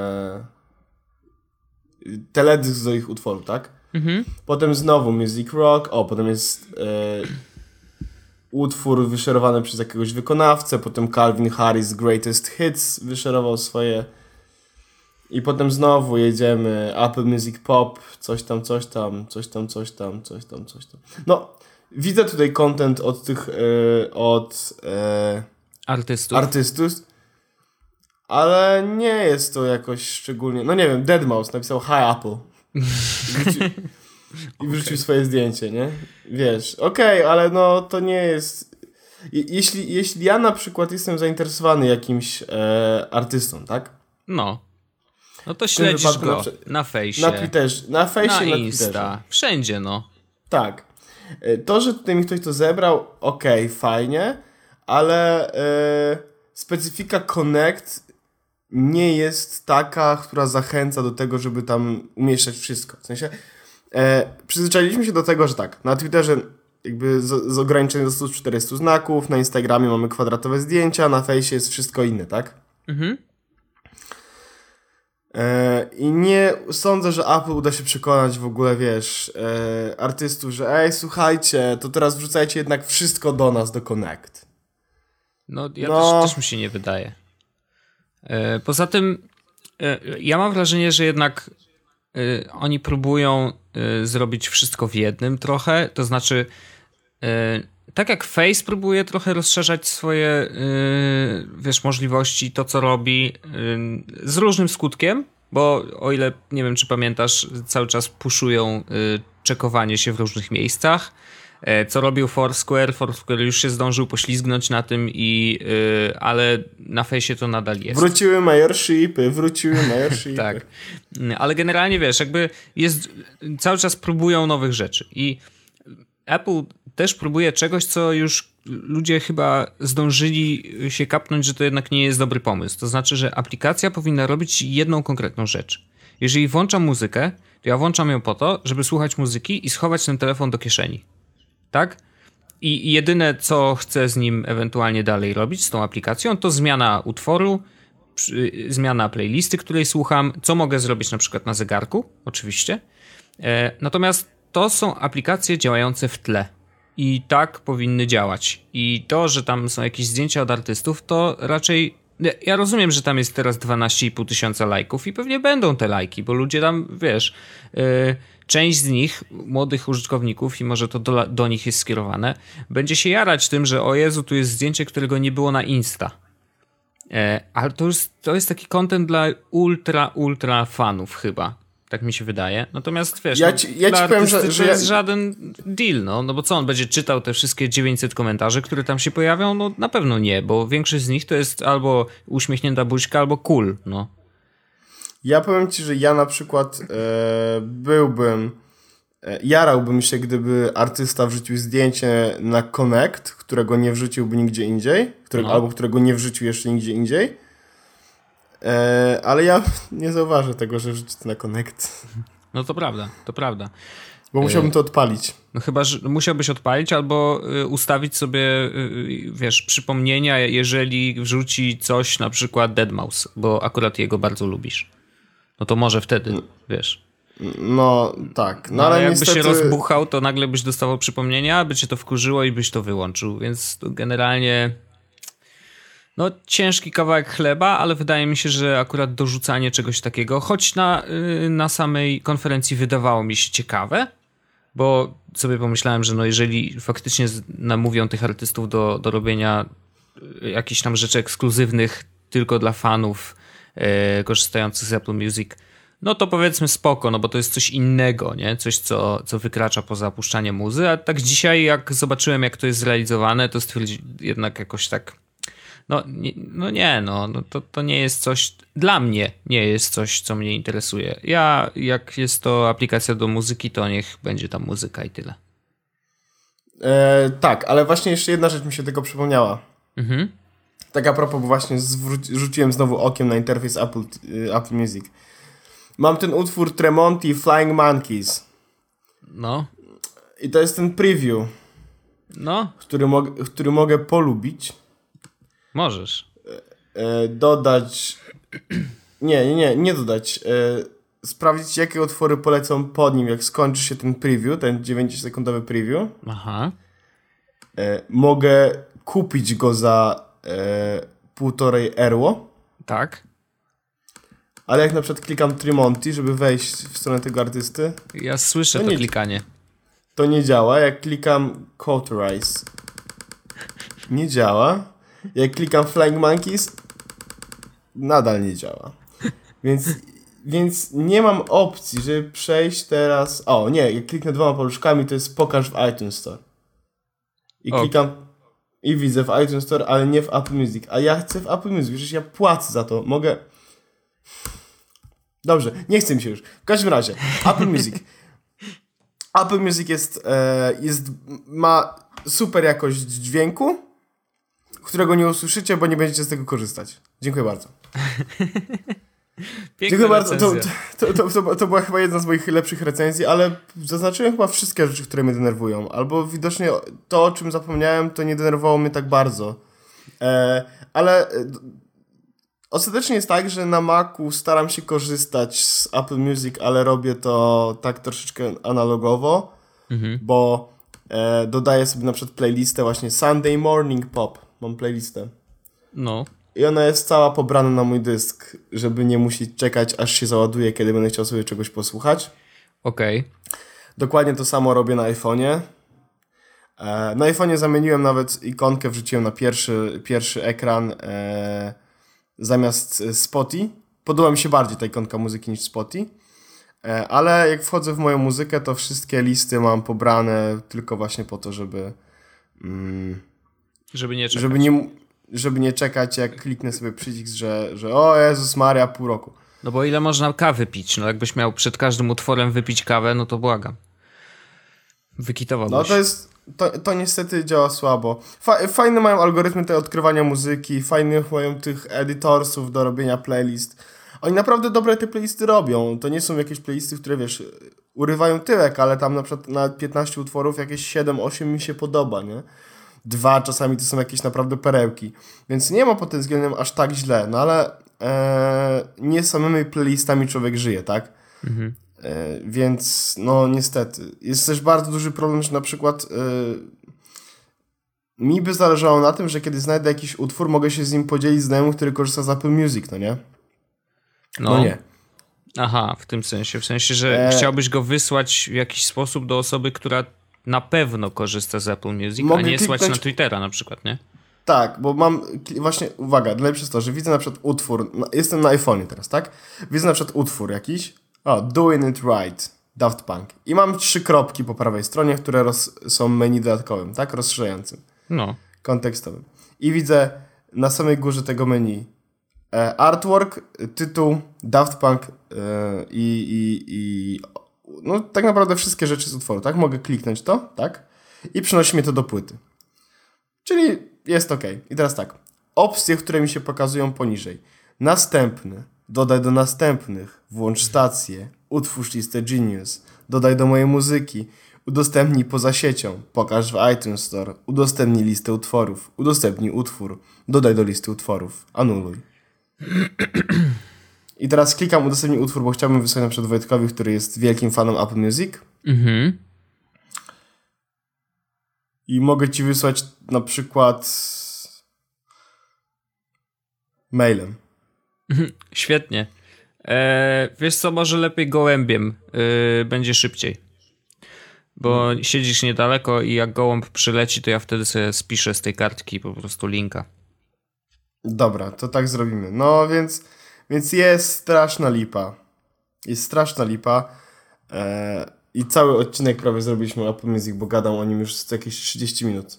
teledysk do ich utworu, tak? Potem znowu Music Rock, potem jest utwór wyszerowany przez jakiegoś wykonawcę, potem Calvin Harris Greatest Hits wyszerował swoje i potem znowu jedziemy Apple Music Pop, coś tam. No, widzę tutaj content od tych artystów, ale nie jest to jakoś szczególnie, no nie wiem, Deadmau5 napisał Hi Apple i wrzucił swoje zdjęcie, nie? Wiesz, okej, ale no to nie jest... Jeśli ja na przykład jestem zainteresowany jakimś artystą, tak? No to śledzisz go na fejsie, na Twitterze, na Insta, Twitterze. Wszędzie, no. Tak. To, że tutaj mi ktoś to zebrał, okej, fajnie, ale specyfika Connect nie jest taka, która zachęca do tego, żeby tam umieszczać wszystko. W sensie przyzwyczailiśmy się do tego, że tak, na Twitterze jakby z ograniczeniem do 100-400 znaków, na Instagramie mamy kwadratowe zdjęcia, na fejsie jest wszystko inne, tak? I nie sądzę, że Apple uda się przekonać w ogóle, wiesz, artystów, że słuchajcie, to teraz wrzucajcie jednak wszystko do nas, do Connect. Też mi się nie wydaje. Poza tym ja mam wrażenie, że jednak oni próbują zrobić wszystko w jednym trochę, to znaczy tak jak Face próbuje trochę rozszerzać swoje możliwości, to co robi z różnym skutkiem, bo o ile, nie wiem czy pamiętasz, cały czas puszują czekowanie się w różnych miejscach. Co robił Foursquare już się zdążył poślizgnąć na tym, ale na fejsie to nadal jest. Wróciły majorshipy. Tak, ale generalnie wiesz, jakby cały czas próbują nowych rzeczy i Apple też próbuje czegoś, co już ludzie chyba zdążyli się kapnąć, że to jednak nie jest dobry pomysł. To znaczy, że aplikacja powinna robić jedną konkretną rzecz. Jeżeli włączam muzykę, to ja włączam ją po to, żeby słuchać muzyki i schować ten telefon do kieszeni. Tak? I jedyne, co chcę z nim ewentualnie dalej robić, z tą aplikacją, to zmiana utworu, zmiana playlisty, której słucham, co mogę zrobić na przykład na zegarku, oczywiście. Natomiast to są aplikacje działające w tle. I tak powinny działać. I to, że tam są jakieś zdjęcia od artystów, to raczej... Ja rozumiem, że tam jest teraz 12,5 tysiąca lajków i pewnie będą te lajki, bo ludzie tam, wiesz... Część z nich, młodych użytkowników, i może to do nich jest skierowane, będzie się jarać tym, że o Jezu, tu jest zdjęcie, którego nie było na Insta. Ale to jest taki content dla ultra fanów chyba. Tak mi się wydaje. Natomiast wiesz, Ja ci powiem, że to jest żaden deal, no bo co, on będzie czytał te wszystkie 900 komentarzy, które tam się pojawią? No na pewno nie, bo większość z nich to jest albo uśmiechnięta buźka, albo cool, no. Ja powiem ci, że ja na przykład jarałbym się, gdyby artysta wrzucił zdjęcie na Connect, którego nie wrzuciłby nigdzie indziej, albo którego nie wrzucił jeszcze nigdzie indziej. Ale ja nie zauważę tego, że wrzuci to na Connect. No to prawda, to prawda. Bo musiałbym to odpalić. No chyba, że musiałbyś odpalić albo ustawić sobie, wiesz, przypomnienia, jeżeli wrzuci coś, na przykład Deadmau5, bo akurat jego bardzo lubisz. No to może wtedy, wiesz. No tak. No ale jakby niestety... się rozbuchał, to nagle byś dostawał przypomnienia, by cię to wkurzyło i byś to wyłączył. Więc to generalnie no ciężki kawałek chleba, ale wydaje mi się, że akurat dorzucanie czegoś takiego, choć na samej konferencji wydawało mi się ciekawe, bo sobie pomyślałem, że no jeżeli faktycznie namówią tych artystów do robienia jakichś tam rzeczy ekskluzywnych tylko dla fanów korzystających z Apple Music, no to powiedzmy spoko, no bo to jest coś innego, nie? Coś, co wykracza poza puszczanie muzy, a tak dzisiaj jak zobaczyłem, jak to jest zrealizowane, to jednak jakoś tak to nie jest coś, dla mnie nie jest coś, co mnie interesuje. Jak jest to aplikacja do muzyki, to niech będzie tam muzyka i tyle. Tak, ale właśnie jeszcze jedna rzecz mi się tego przypomniała. Mhm. Tak a propos, bo właśnie rzuciłem znowu okiem na interfejs Apple Music. Mam ten utwór Tremonti Flying Monkeys. No. I to jest ten preview. No. Który mogę polubić. Możesz. Dodać... Nie dodać. Sprawdzić, jakie utwory polecą pod nim, jak skończy się ten preview, ten 9-sekundowy preview. Aha. Mogę kupić go za 1,5 euro. Tak. Ale jak na przykład klikam Tremonti, żeby wejść w stronę tego artysty... Ja słyszę to klikanie. To nie działa. Jak klikam Cauterize, nie działa. Jak klikam Flying Monkeys, nadal nie działa. Więc nie mam opcji, żeby przejść teraz... O, nie, jak kliknę 2 paluszkami, to jest pokaż w iTunes Store. I klikam i widzę w iTunes Store, ale nie w Apple Music. A ja chcę w Apple Music, przecież ja płacę za to. Mogę... Dobrze, nie chcę mi się już. W każdym razie, Apple Music. Apple Music ma super jakość dźwięku, którego nie usłyszycie, bo nie będziecie z tego korzystać. Dziękuję bardzo. Dziękuję bardzo. To była chyba jedna z moich lepszych recenzji, ale zaznaczyłem chyba wszystkie rzeczy, które mnie denerwują. Albo widocznie to, o czym zapomniałem, to nie denerwowało mnie tak bardzo. Ale ostatecznie jest tak, że na Macu staram się korzystać z Apple Music, ale robię to tak troszeczkę analogowo, bo dodaję sobie na przykład playlistę właśnie Sunday Morning Pop. Mam playlistę. No. I ona jest cała pobrana na mój dysk, żeby nie musieć czekać, aż się załaduje, kiedy będę chciał sobie czegoś posłuchać. Okej. Dokładnie to samo robię na iPhone'ie. Na iPhone'ie zamieniłem nawet ikonkę, wrzuciłem na pierwszy ekran zamiast Spotify. Podoba mi się bardziej ta ikonka muzyki niż Spotify. Ale jak wchodzę w moją muzykę, to wszystkie listy mam pobrane tylko właśnie po to, żeby nie czekać. Żeby nie czekać, jak kliknę sobie przycisk, że o Jezus Maria, pół roku. No bo ile można kawy pić? No jakbyś miał przed każdym utworem wypić kawę, no to błagam. Wykitowałbyś. No to niestety działa słabo. Fajne mają algorytmy te odkrywania muzyki, fajne mają tych editorsów do robienia playlist. Oni naprawdę dobre te playlisty robią. To nie są jakieś playlisty, które wiesz, urywają tyłek, ale tam na przykład na 15 utworów jakieś 7-8 mi się podoba, nie? 2 czasami to są jakieś naprawdę perełki. Więc nie ma pod tym względem aż tak źle, no ale nie samymi playlistami człowiek żyje, tak? Mhm. Więc no niestety. Jest też bardzo duży problem, że na przykład mi by zależało na tym, że kiedy znajdę jakiś utwór, mogę się z nim podzielić z znajomym, który korzysta z Apple Music, no nie? No nie. Aha, w tym sensie. W sensie, że chciałbyś go wysłać w jakiś sposób do osoby, która na pewno korzysta z Apple Music, a nie słać na Twittera na przykład, nie? Tak, bo mam właśnie, uwaga, najlepsze jest to, że widzę na przykład utwór, jestem na iPhone'ie teraz, tak? Widzę na przykład utwór jakiś, O, Doing It Right, Daft Punk. I mam 3 kropki po prawej stronie, które są menu dodatkowym, tak? Rozszerzającym. No. Kontekstowym. I widzę na samej górze tego menu artwork, tytuł, Daft Punk i no tak naprawdę wszystkie rzeczy z utworu, tak? Mogę kliknąć to, tak? I przenosi mnie to do płyty. Czyli jest ok. I teraz tak. Opcje, które mi się pokazują poniżej. Następny. Dodaj do następnych. Włącz stację. Utwórz listę Genius. Dodaj do mojej muzyki. Udostępnij poza siecią. Pokaż w iTunes Store. Udostępnij listę utworów. Udostępnij utwór. Dodaj do listy utworów. Anuluj. I teraz klikam udostępnij utwór, bo chciałbym wysłać na przykład Wojtkowi, który jest wielkim fanem Apple Music. Mhm. I mogę ci wysłać na przykład mailem. Świetnie. Wiesz co, może lepiej gołębiem. Będzie szybciej. Bo siedzisz niedaleko i jak gołąb przyleci, to ja wtedy sobie spiszę z tej kartki po prostu linka. Dobra, to tak zrobimy. No więc jest straszna lipa. Jest straszna lipa. I cały odcinek prawie zrobiliśmy o Apple Music, bo gadam o nim już jakieś 30 minut.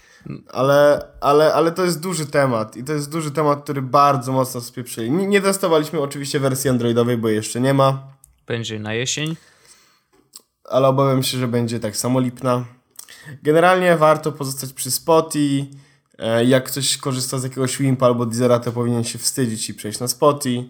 Ale to jest duży temat. I to jest duży temat, który bardzo mocno spieprzyli. Nie testowaliśmy oczywiście wersji androidowej, bo jeszcze nie ma. Będzie na jesień. Ale obawiam się, że będzie tak samo lipna. Generalnie warto pozostać przy Spotify. Jak ktoś korzysta z jakiegoś Wimpa albo Deezera, to powinien się wstydzić i przejść na Spotify.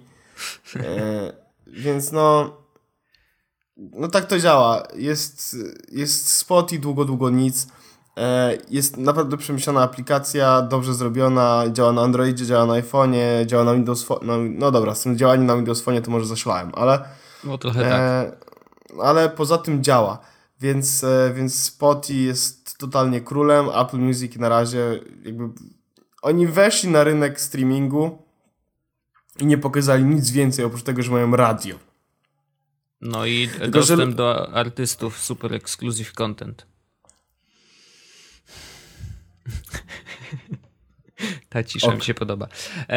Więc no tak to działa. Jest Spotify, długo nic. Jest naprawdę przemyślana aplikacja, dobrze zrobiona, działa na Androidzie, działa na iPhone'ie, działa na Windows Phone. No dobra, z tym działaniem na Windows Phone to może zaszlałem, ale... No trochę tak. Ale poza tym działa. Więc Spotify jest totalnie królem. Apple Music na razie jakby... Oni weszli na rynek streamingu i nie pokazali nic więcej oprócz tego, że mają radio. No i dostęp do artystów, super exclusive content. Ta cisza mi się podoba.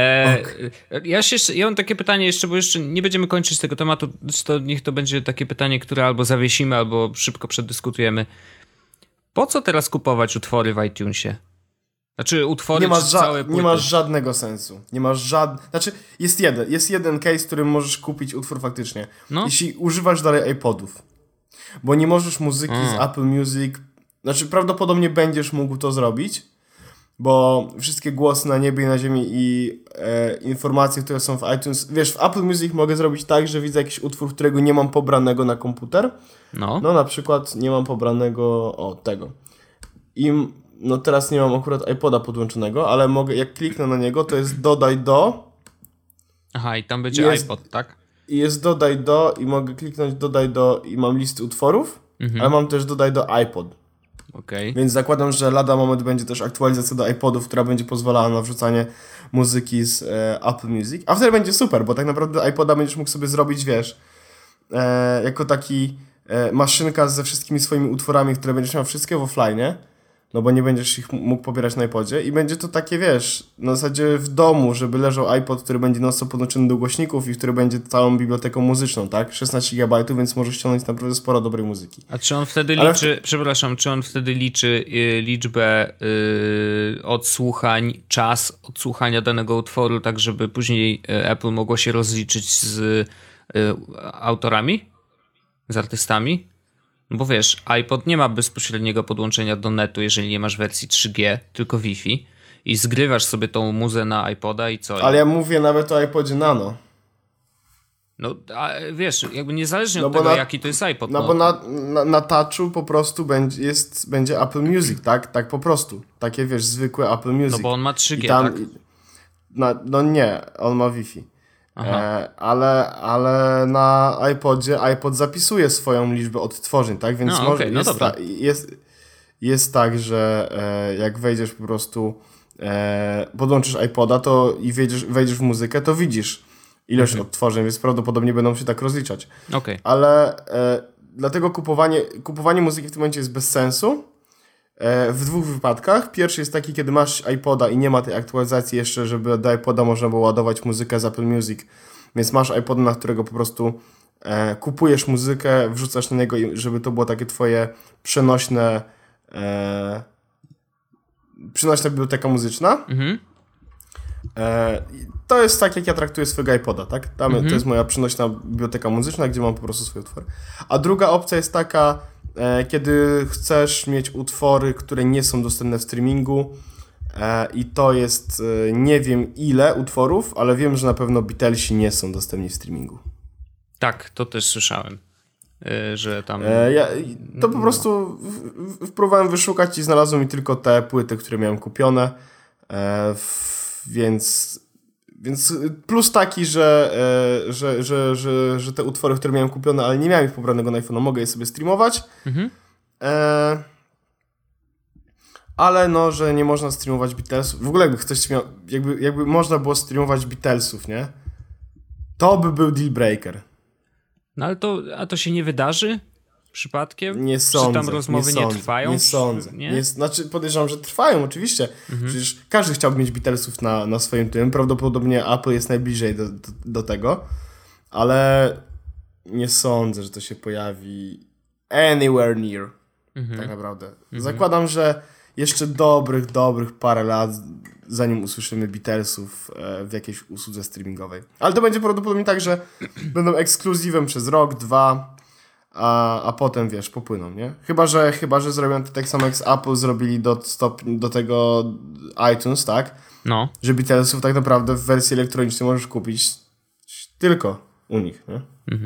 Ja mam takie pytanie jeszcze, bo jeszcze nie będziemy kończyć tego tematu, to niech to będzie takie pytanie, które albo zawiesimy, albo szybko przedyskutujemy. Po co teraz kupować utwory w iTunesie? Znaczy utwory czy całe płyty? Nie masz żadnego sensu. Znaczy jest jeden case, w którym możesz kupić utwór faktycznie. No? Jeśli używasz dalej iPodów. Bo nie możesz muzyki z Apple Music... Znaczy prawdopodobnie będziesz mógł to zrobić, bo wszystkie głosy na niebie i na ziemi i informacje, które są w iTunes... Wiesz, w Apple Music mogę zrobić tak, że widzę jakiś utwór, którego nie mam pobranego na komputer. No na przykład nie mam pobranego tego. I no teraz nie mam akurat iPoda podłączonego, ale mogę, jak kliknę na niego, to jest dodaj do... Aha, i tam będzie iPod, tak? I jest dodaj do i mogę kliknąć dodaj do i mam listy utworów, ale mam też dodaj do iPod. Okay. Więc zakładam, że lada moment będzie też aktualizacja do iPodów, która będzie pozwalała na wrzucanie muzyki z Apple Music. A wtedy będzie super, bo tak naprawdę iPoda będziesz mógł sobie zrobić, wiesz, jako taki maszynka ze wszystkimi swoimi utworami, które będziesz miał wszystkie w offline, no bo nie będziesz ich mógł pobierać na iPodzie i będzie to takie, wiesz, na zasadzie w domu, żeby leżał iPod, który będzie non-stop podłączony do głośników i który będzie całą biblioteką muzyczną, tak? 16 GB, więc możesz ściągnąć naprawdę sporo dobrej muzyki. A czy on wtedy liczy, czy on wtedy liczy liczbę odsłuchań, czas odsłuchania danego utworu, tak żeby później Apple mogło się rozliczyć z autorami? Z artystami? No bo wiesz, iPod nie ma bezpośredniego podłączenia do netu, jeżeli nie masz wersji 3G, tylko Wi-Fi i zgrywasz sobie tą muzę na iPoda i co? Ale ja mówię nawet o iPodzie Nano. No, a wiesz, jakby niezależnie od tego, jaki to jest iPod. No bo na touchu po prostu będzie Apple Music, tak? Tak po prostu. Takie, wiesz, zwykłe Apple Music. No bo on ma 3G, tak? No nie, on ma Wi-Fi. Ale na iPodzie iPod zapisuje swoją liczbę odtworzeń, tak? Więc jest tak, że jak wejdziesz po prostu, podłączysz iPoda to i wejdziesz w muzykę, to widzisz ilość odtworzeń, więc prawdopodobnie będą się tak rozliczać. Okay. Ale dlatego kupowanie muzyki w tym momencie jest bez sensu. W dwóch wypadkach. Pierwszy jest taki, kiedy masz iPoda i nie ma tej aktualizacji jeszcze, żeby do iPoda można było ładować muzykę z Apple Music, więc masz iPoda, na którego po prostu kupujesz muzykę, wrzucasz na niego, żeby to było takie twoje przenośna biblioteka muzyczna. To jest tak, jak ja traktuję swojego iPoda, tak? To jest moja przenośna biblioteka muzyczna, gdzie mam po prostu swoje utwory. A druga opcja jest taka, kiedy chcesz mieć utwory, które nie są dostępne w streamingu, i to jest nie wiem ile utworów, ale wiem, że na pewno Beatlesi nie są dostępni w streamingu. Tak, to też słyszałem, że tam... To po prostu próbowałem wyszukać i znalazłem mi tylko te płyty, które miałem kupione, więc plus taki, że te utwory, które miałem kupione, ale nie miałem ich pobranego na iPhone'a, mogę je sobie streamować. Ale no, że nie można streamować Beatlesów. W ogóle jakby ktoś miał, jakby można było streamować Beatlesów, nie? To by był deal breaker. No ale to się nie wydarzy przypadkiem? Nie sądzę. Czy tam rozmowy nie trwają? Nie sądzę. Znaczy podejrzewam, że trwają oczywiście. Przecież każdy chciałby mieć Beatlesów na swoim tym. Prawdopodobnie Apple jest najbliżej do tego. Ale nie sądzę, że to się pojawi anywhere near. Tak naprawdę. Zakładam, że jeszcze dobrych parę lat, zanim usłyszymy Beatlesów w jakiejś usłudze streamingowej. Ale to będzie prawdopodobnie tak, że będą ekskluzywem przez rok, 2, a potem, wiesz, popłyną, nie? Chyba, że zrobią to tak samo jak z Apple zrobili do tego iTunes, tak? No. Że Beatlesów tak naprawdę w wersji elektronicznej możesz kupić tylko u nich, nie?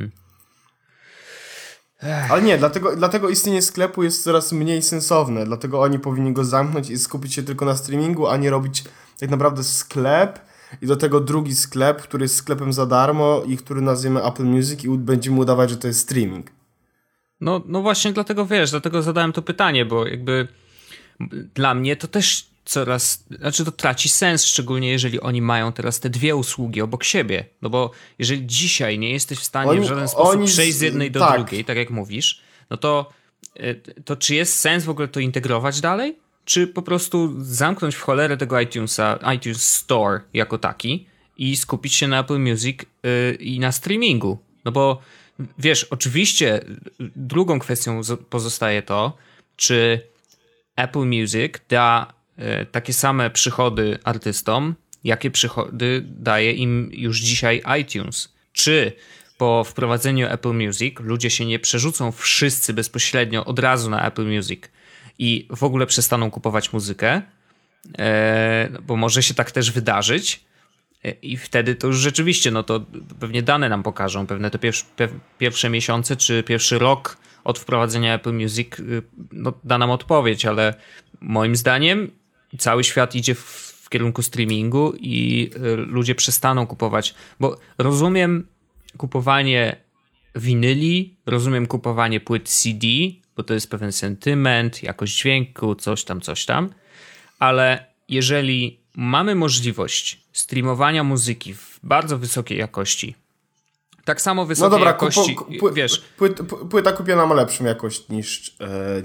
Ale nie, dlatego istnienie sklepu jest coraz mniej sensowne, dlatego oni powinni go zamknąć i skupić się tylko na streamingu, a nie robić tak naprawdę sklep i do tego drugi sklep, który jest sklepem za darmo i który nazwiemy Apple Music i będziemy udawać, że to jest streaming. No właśnie dlatego zadałem to pytanie, bo jakby dla mnie to też to traci sens, szczególnie jeżeli oni mają teraz te dwie usługi obok siebie. No bo jeżeli dzisiaj nie jesteś w stanie w żaden sposób przejść z jednej do drugiej, tak jak mówisz, no to czy jest sens w ogóle to integrować dalej? Czy po prostu zamknąć w cholerę tego iTunes Store jako taki i skupić się na Apple Music i na streamingu? No bo wiesz, oczywiście drugą kwestią pozostaje to, czy Apple Music da takie same przychody artystom, jakie przychody daje im już dzisiaj iTunes. Czy po wprowadzeniu Apple Music ludzie się nie przerzucą wszyscy bezpośrednio od razu na Apple Music i w ogóle przestaną kupować muzykę, bo może się tak też wydarzyć i wtedy to już rzeczywiście, no to pewnie dane nam pokażą, pewne te pierwsze miesiące czy pierwszy rok od wprowadzenia Apple Music no, da nam odpowiedź, ale moim zdaniem cały świat idzie w kierunku streamingu i ludzie przestaną kupować, bo rozumiem kupowanie winyli, rozumiem kupowanie płyt CD, bo to jest pewien sentyment, jakość dźwięku, coś tam, ale jeżeli mamy możliwość streamowania muzyki w bardzo wysokiej jakości, tak samo wysokiej jakości, wiesz... Płyta kupiona ma lepszą jakość niż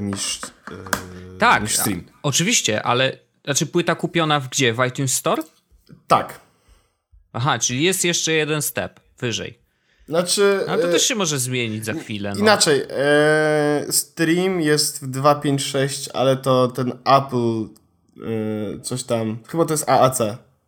stream. Oczywiście, ale znaczy płyta kupiona gdzie? W iTunes Store? Tak. Aha, czyli jest jeszcze jeden step wyżej. Znaczy... Ale to też się może zmienić za chwilę. No. Inaczej. Stream jest w 2.5.6, ale to ten Apple coś tam... Chyba to jest AAC.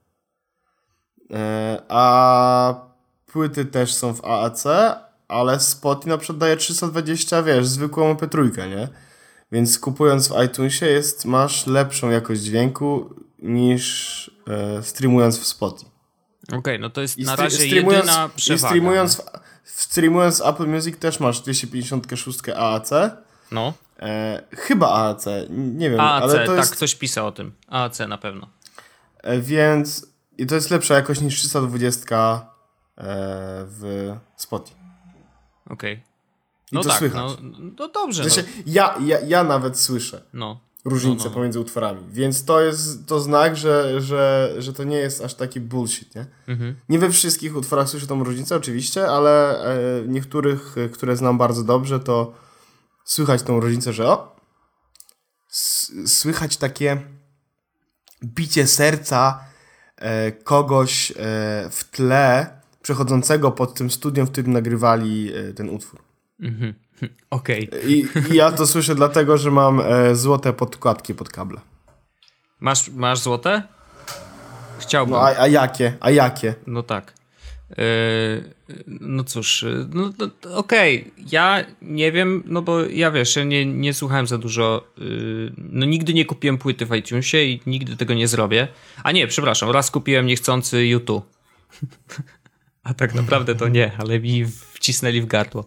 A płyty też są w AAC, ale Spotify na przykład daje 320, wiesz, zwykłą MP3, nie? Więc kupując w iTunesie masz lepszą jakość dźwięku niż streamując w Spotify. Okej, no to jest na razie jedyna przewaga. Streamując Apple Music też masz 256 AAC. No. Chyba AAC, nie wiem. AAC, ale to tak, jest... ktoś pisał o tym. AAC na pewno. Więc... I to jest lepsza jakość niż 320 w Spotify. Okej. No tak, słychać. No dobrze. W sensie, ja nawet słyszę różnicę pomiędzy utworami, więc to jest to znak, że to nie jest aż taki bullshit, nie? Nie we wszystkich utworach słyszę tą różnicę, oczywiście, ale niektórych, które znam bardzo dobrze, to słychać tą różnicę, że słychać takie bicie serca kogoś w tle przechodzącego pod tym studiem, w którym nagrywali ten utwór. Okej. I ja to słyszę dlatego, że mam złote podkładki pod kable. Masz złote? Chciałbym. No a jakie? A jakie? No tak. No cóż, no okej. Ja nie wiem, no bo ja wiesz, ja nie słuchałem za dużo, no nigdy nie kupiłem płyty w iTunesie i nigdy tego nie zrobię. A nie, przepraszam, raz kupiłem niechcący U2. A tak naprawdę to nie, ale mi wcisnęli w gardło.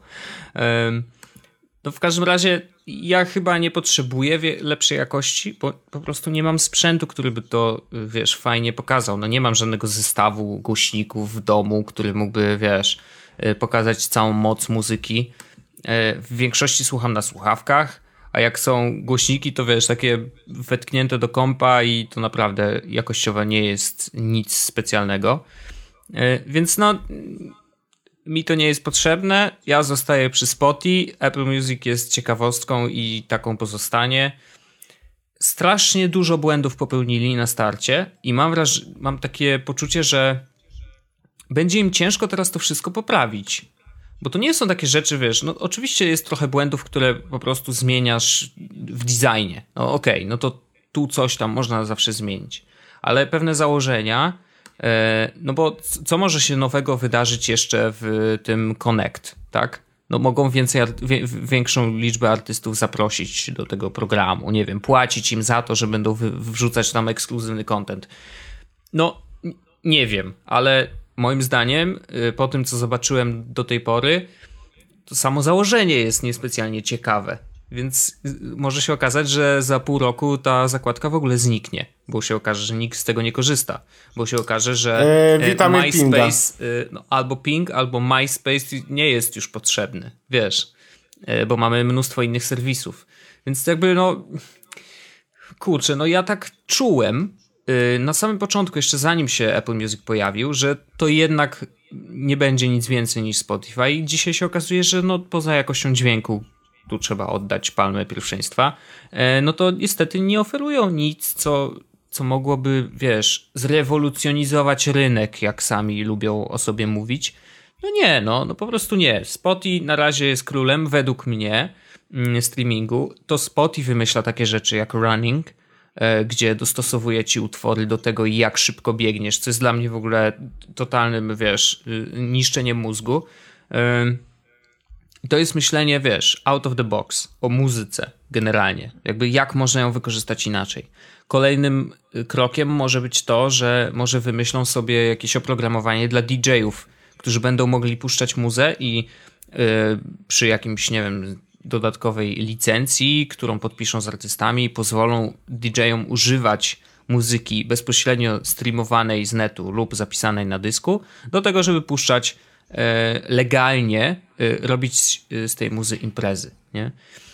No w każdym razie ja chyba nie potrzebuję lepszej jakości, bo po prostu nie mam sprzętu, który by to, wiesz, fajnie pokazał. No nie mam żadnego zestawu głośników w domu, który mógłby, wiesz, pokazać całą moc muzyki. W większości słucham na słuchawkach, a jak są głośniki, to wiesz, takie wetknięte do kompa i to naprawdę jakościowo nie jest nic specjalnego. Więc no... Mi to nie jest potrzebne, ja zostaję przy Spotify, Apple Music jest ciekawostką i taką pozostanie. Strasznie dużo błędów popełnili na starcie i mam takie poczucie, że będzie im ciężko teraz to wszystko poprawić. Bo to nie są takie rzeczy, wiesz, no oczywiście jest trochę błędów, które po prostu zmieniasz w designie. No okej, no to tu coś tam można zawsze zmienić. Ale pewne założenia... No bo co może się nowego wydarzyć jeszcze w tym Connect, tak? No mogą większą liczbę artystów zaprosić do tego programu, nie wiem, płacić im za to, że będą wrzucać tam ekskluzywny content. No, nie wiem, ale moim zdaniem, po tym co zobaczyłem do tej pory, to samo założenie jest niespecjalnie ciekawe. Więc może się okazać, że za pół roku ta zakładka w ogóle zniknie, bo się okaże, że nikt z tego nie korzysta, bo się okaże, że MySpace albo Ping, albo MySpace nie jest już potrzebny, wiesz, bo mamy mnóstwo innych serwisów. Więc jakby no, kurczę, no ja tak czułem na samym początku, jeszcze zanim się Apple Music pojawił, że to jednak nie będzie nic więcej niż Spotify i dzisiaj się okazuje, że no poza jakością dźwięku, tu trzeba oddać palmę pierwszeństwa, no to niestety nie oferują nic, co mogłoby, wiesz, zrewolucjonizować rynek, jak sami lubią o sobie mówić. No nie, no po prostu nie. Spotify na razie jest królem, według mnie, streamingu. To Spotify wymyśla takie rzeczy jak running, gdzie dostosowuje ci utwory do tego, jak szybko biegniesz, co jest dla mnie w ogóle totalnym, wiesz, niszczeniem mózgu. I to jest myślenie, wiesz, out of the box, o muzyce generalnie. Jakby jak można ją wykorzystać inaczej. Kolejnym krokiem może być to, że może wymyślą sobie jakieś oprogramowanie dla DJ-ów, którzy będą mogli puszczać muzę i przy jakimś, nie wiem, dodatkowej licencji, którą podpiszą z artystami, pozwolą DJ-om używać muzyki bezpośrednio streamowanej z netu lub zapisanej na dysku, do tego, żeby puszczać legalnie, robić z tej muzy imprezy, nie?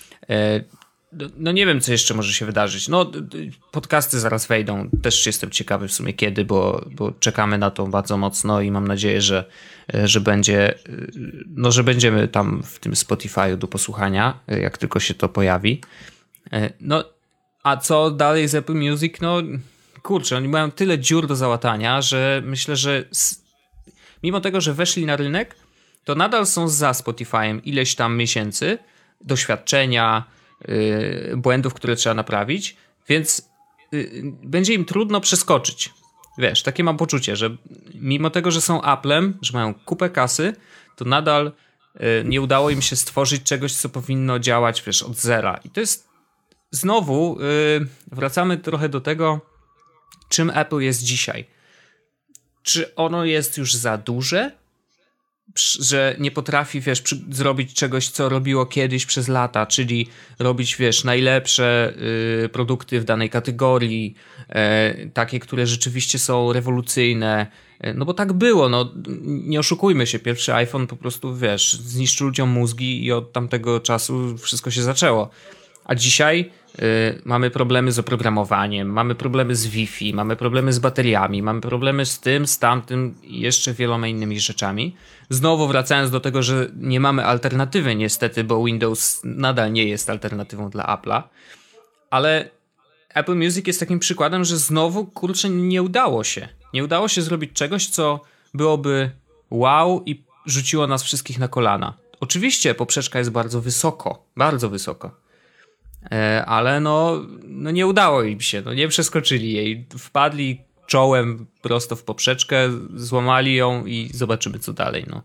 No nie wiem, co jeszcze może się wydarzyć. No podcasty zaraz wejdą, też jestem ciekawy w sumie kiedy, bo czekamy na to bardzo mocno i mam nadzieję, że będzie, no że będziemy tam w tym Spotify'u do posłuchania, jak tylko się to pojawi. No a co dalej z Apple Music? No kurczę, oni mają tyle dziur do załatania, że myślę, że mimo tego, że weszli na rynek, to nadal są za Spotify'em ileś tam miesięcy doświadczenia, błędów, które trzeba naprawić, więc będzie im trudno przeskoczyć. Wiesz, takie mam poczucie, że mimo tego, że są Apple'em, że mają kupę kasy, to nadal nie udało im się stworzyć czegoś, co powinno działać, wiesz, od zera. I to jest znowu, wracamy trochę do tego, czym Apple jest dzisiaj. Czy ono jest już za duże? Że nie potrafi, wiesz, zrobić czegoś, co robiło kiedyś przez lata, czyli robić, wiesz, najlepsze produkty w danej kategorii, takie, które rzeczywiście są rewolucyjne, no bo tak było, no nie oszukujmy się, pierwszy iPhone po prostu, wiesz, zniszczył ludziom mózgi i od tamtego czasu wszystko się zaczęło. A dzisiaj mamy problemy z oprogramowaniem, mamy problemy z Wi-Fi, mamy problemy z bateriami, mamy problemy z tym, z tamtym i jeszcze wieloma innymi rzeczami. Znowu wracając do tego, że nie mamy alternatywy niestety, bo Windows nadal nie jest alternatywą dla Apple'a, ale Apple Music jest takim przykładem, że znowu, kurczę, nie udało się. Nie udało się zrobić czegoś, co byłoby wow i rzuciło nas wszystkich na kolana. Oczywiście poprzeczka jest bardzo wysoko. Ale no nie udało im się, nie przeskoczyli jej. Wpadli czołem prosto w poprzeczkę, złamali ją i zobaczymy co dalej, no.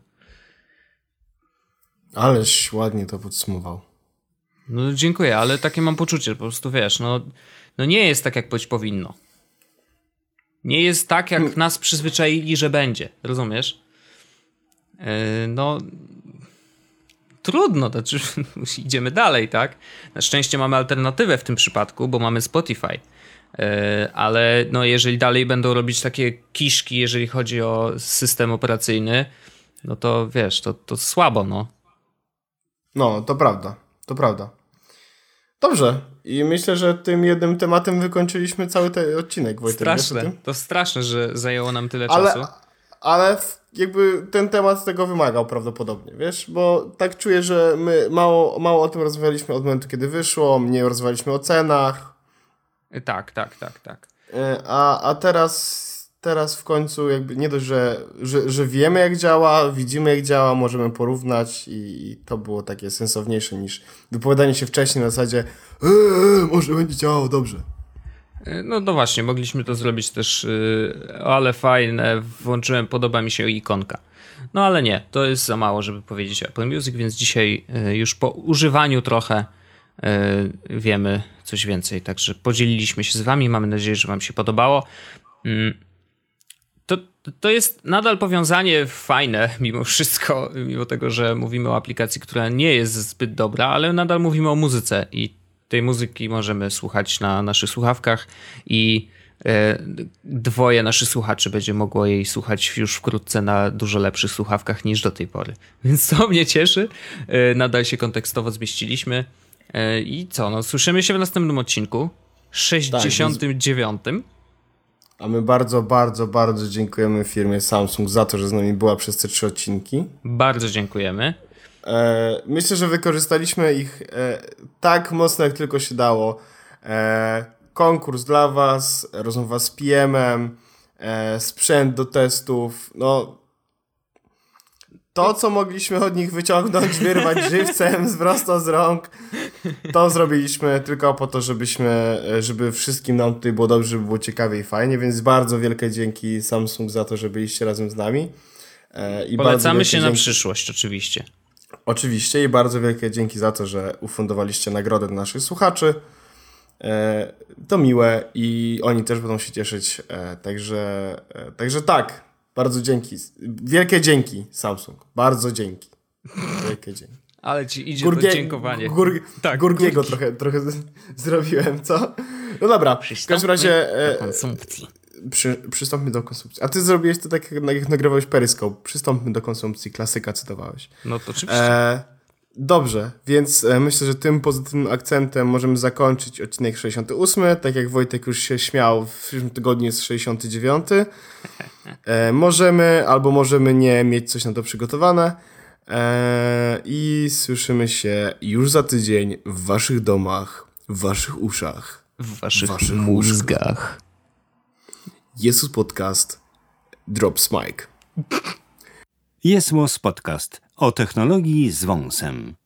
Aleś ładnie to podsumował. No dziękuję, ale takie mam poczucie, po prostu wiesz, no nie jest tak jak być powinno. Nie jest tak jak nas przyzwyczaili, że będzie, rozumiesz? No trudno, to znaczy idziemy dalej, tak? Na szczęście mamy alternatywę w tym przypadku, bo mamy Spotify. Ale no jeżeli dalej będą robić takie kiszki, jeżeli chodzi o system operacyjny, no to wiesz, to słabo, no. No, to prawda. Dobrze. I myślę, że tym jednym tematem wykończyliśmy cały ten odcinek, Wojtek. Straszne. To straszne, że zajęło nam tyle czasu. Ale jakby ten temat tego wymagał prawdopodobnie, wiesz? Bo tak czuję, że my mało o tym rozmawialiśmy od momentu, kiedy wyszło, mniej rozmawialiśmy o cenach. Tak. A teraz w końcu jakby nie dość, że wiemy jak działa, widzimy jak działa, możemy porównać i to było takie sensowniejsze niż wypowiadanie się wcześniej na zasadzie może będzie działało dobrze. No właśnie, mogliśmy to zrobić też, ale fajne, włączyłem, podoba mi się ikonka. No ale nie, to jest za mało, żeby powiedzieć Apple Music, więc dzisiaj już po używaniu trochę wiemy coś więcej, także podzieliliśmy się z wami, mamy nadzieję, że wam się podobało. To jest nadal powiązanie fajne mimo wszystko, mimo tego, że mówimy o aplikacji, która nie jest zbyt dobra, ale nadal mówimy o muzyce i tej muzyki możemy słuchać na naszych słuchawkach i dwoje naszych słuchaczy będzie mogło jej słuchać już wkrótce na dużo lepszych słuchawkach niż do tej pory. Więc to mnie cieszy. Nadal się kontekstowo zmieściliśmy. I co? No, słyszymy się w następnym odcinku 69. A my bardzo, bardzo, bardzo dziękujemy firmie Samsung za to, że z nami była przez te 3 odcinki. Bardzo dziękujemy. Myślę, że wykorzystaliśmy ich tak mocno, jak tylko się dało. Konkurs dla was, rozmowa z PM-em, sprzęt do testów. No, to, co mogliśmy od nich wyciągnąć, wyrwać żywcem prosto z rąk, to zrobiliśmy tylko po to, żeby wszystkim nam tutaj było dobrze, żeby było ciekawie i fajnie, więc bardzo wielkie dzięki Samsung za to, że byliście razem z nami. Polecamy się na przyszłość, oczywiście. Oczywiście i bardzo wielkie dzięki za to, że ufundowaliście nagrodę dla naszych słuchaczy. To miłe i oni też będą się cieszyć. Także tak, bardzo dzięki. Wielkie dzięki Samsung. Bardzo dzięki. Wielkie dzięki. Ale ci idzie podziękowanie. Gurgiego trochę zrobiłem, co? No dobra, w każdym razie przystąpmy do konsumpcji. A ty zrobiłeś to tak, jak nagrywałeś Periscope. Przystąpmy do konsumpcji. Klasyka cytowałeś. No to oczywiście. Dobrze, więc myślę, że tym pozytywnym akcentem możemy zakończyć odcinek 68. Tak jak Wojtek już się śmiał, w przyszłym tygodniu jest 69. Możemy albo możemy nie mieć coś na to przygotowane. I słyszymy się już za tydzień w waszych domach, w waszych uszach, w waszych mózgach. Jesus Podcast, Drops Mike. Jest Podcast o technologii z wąsem.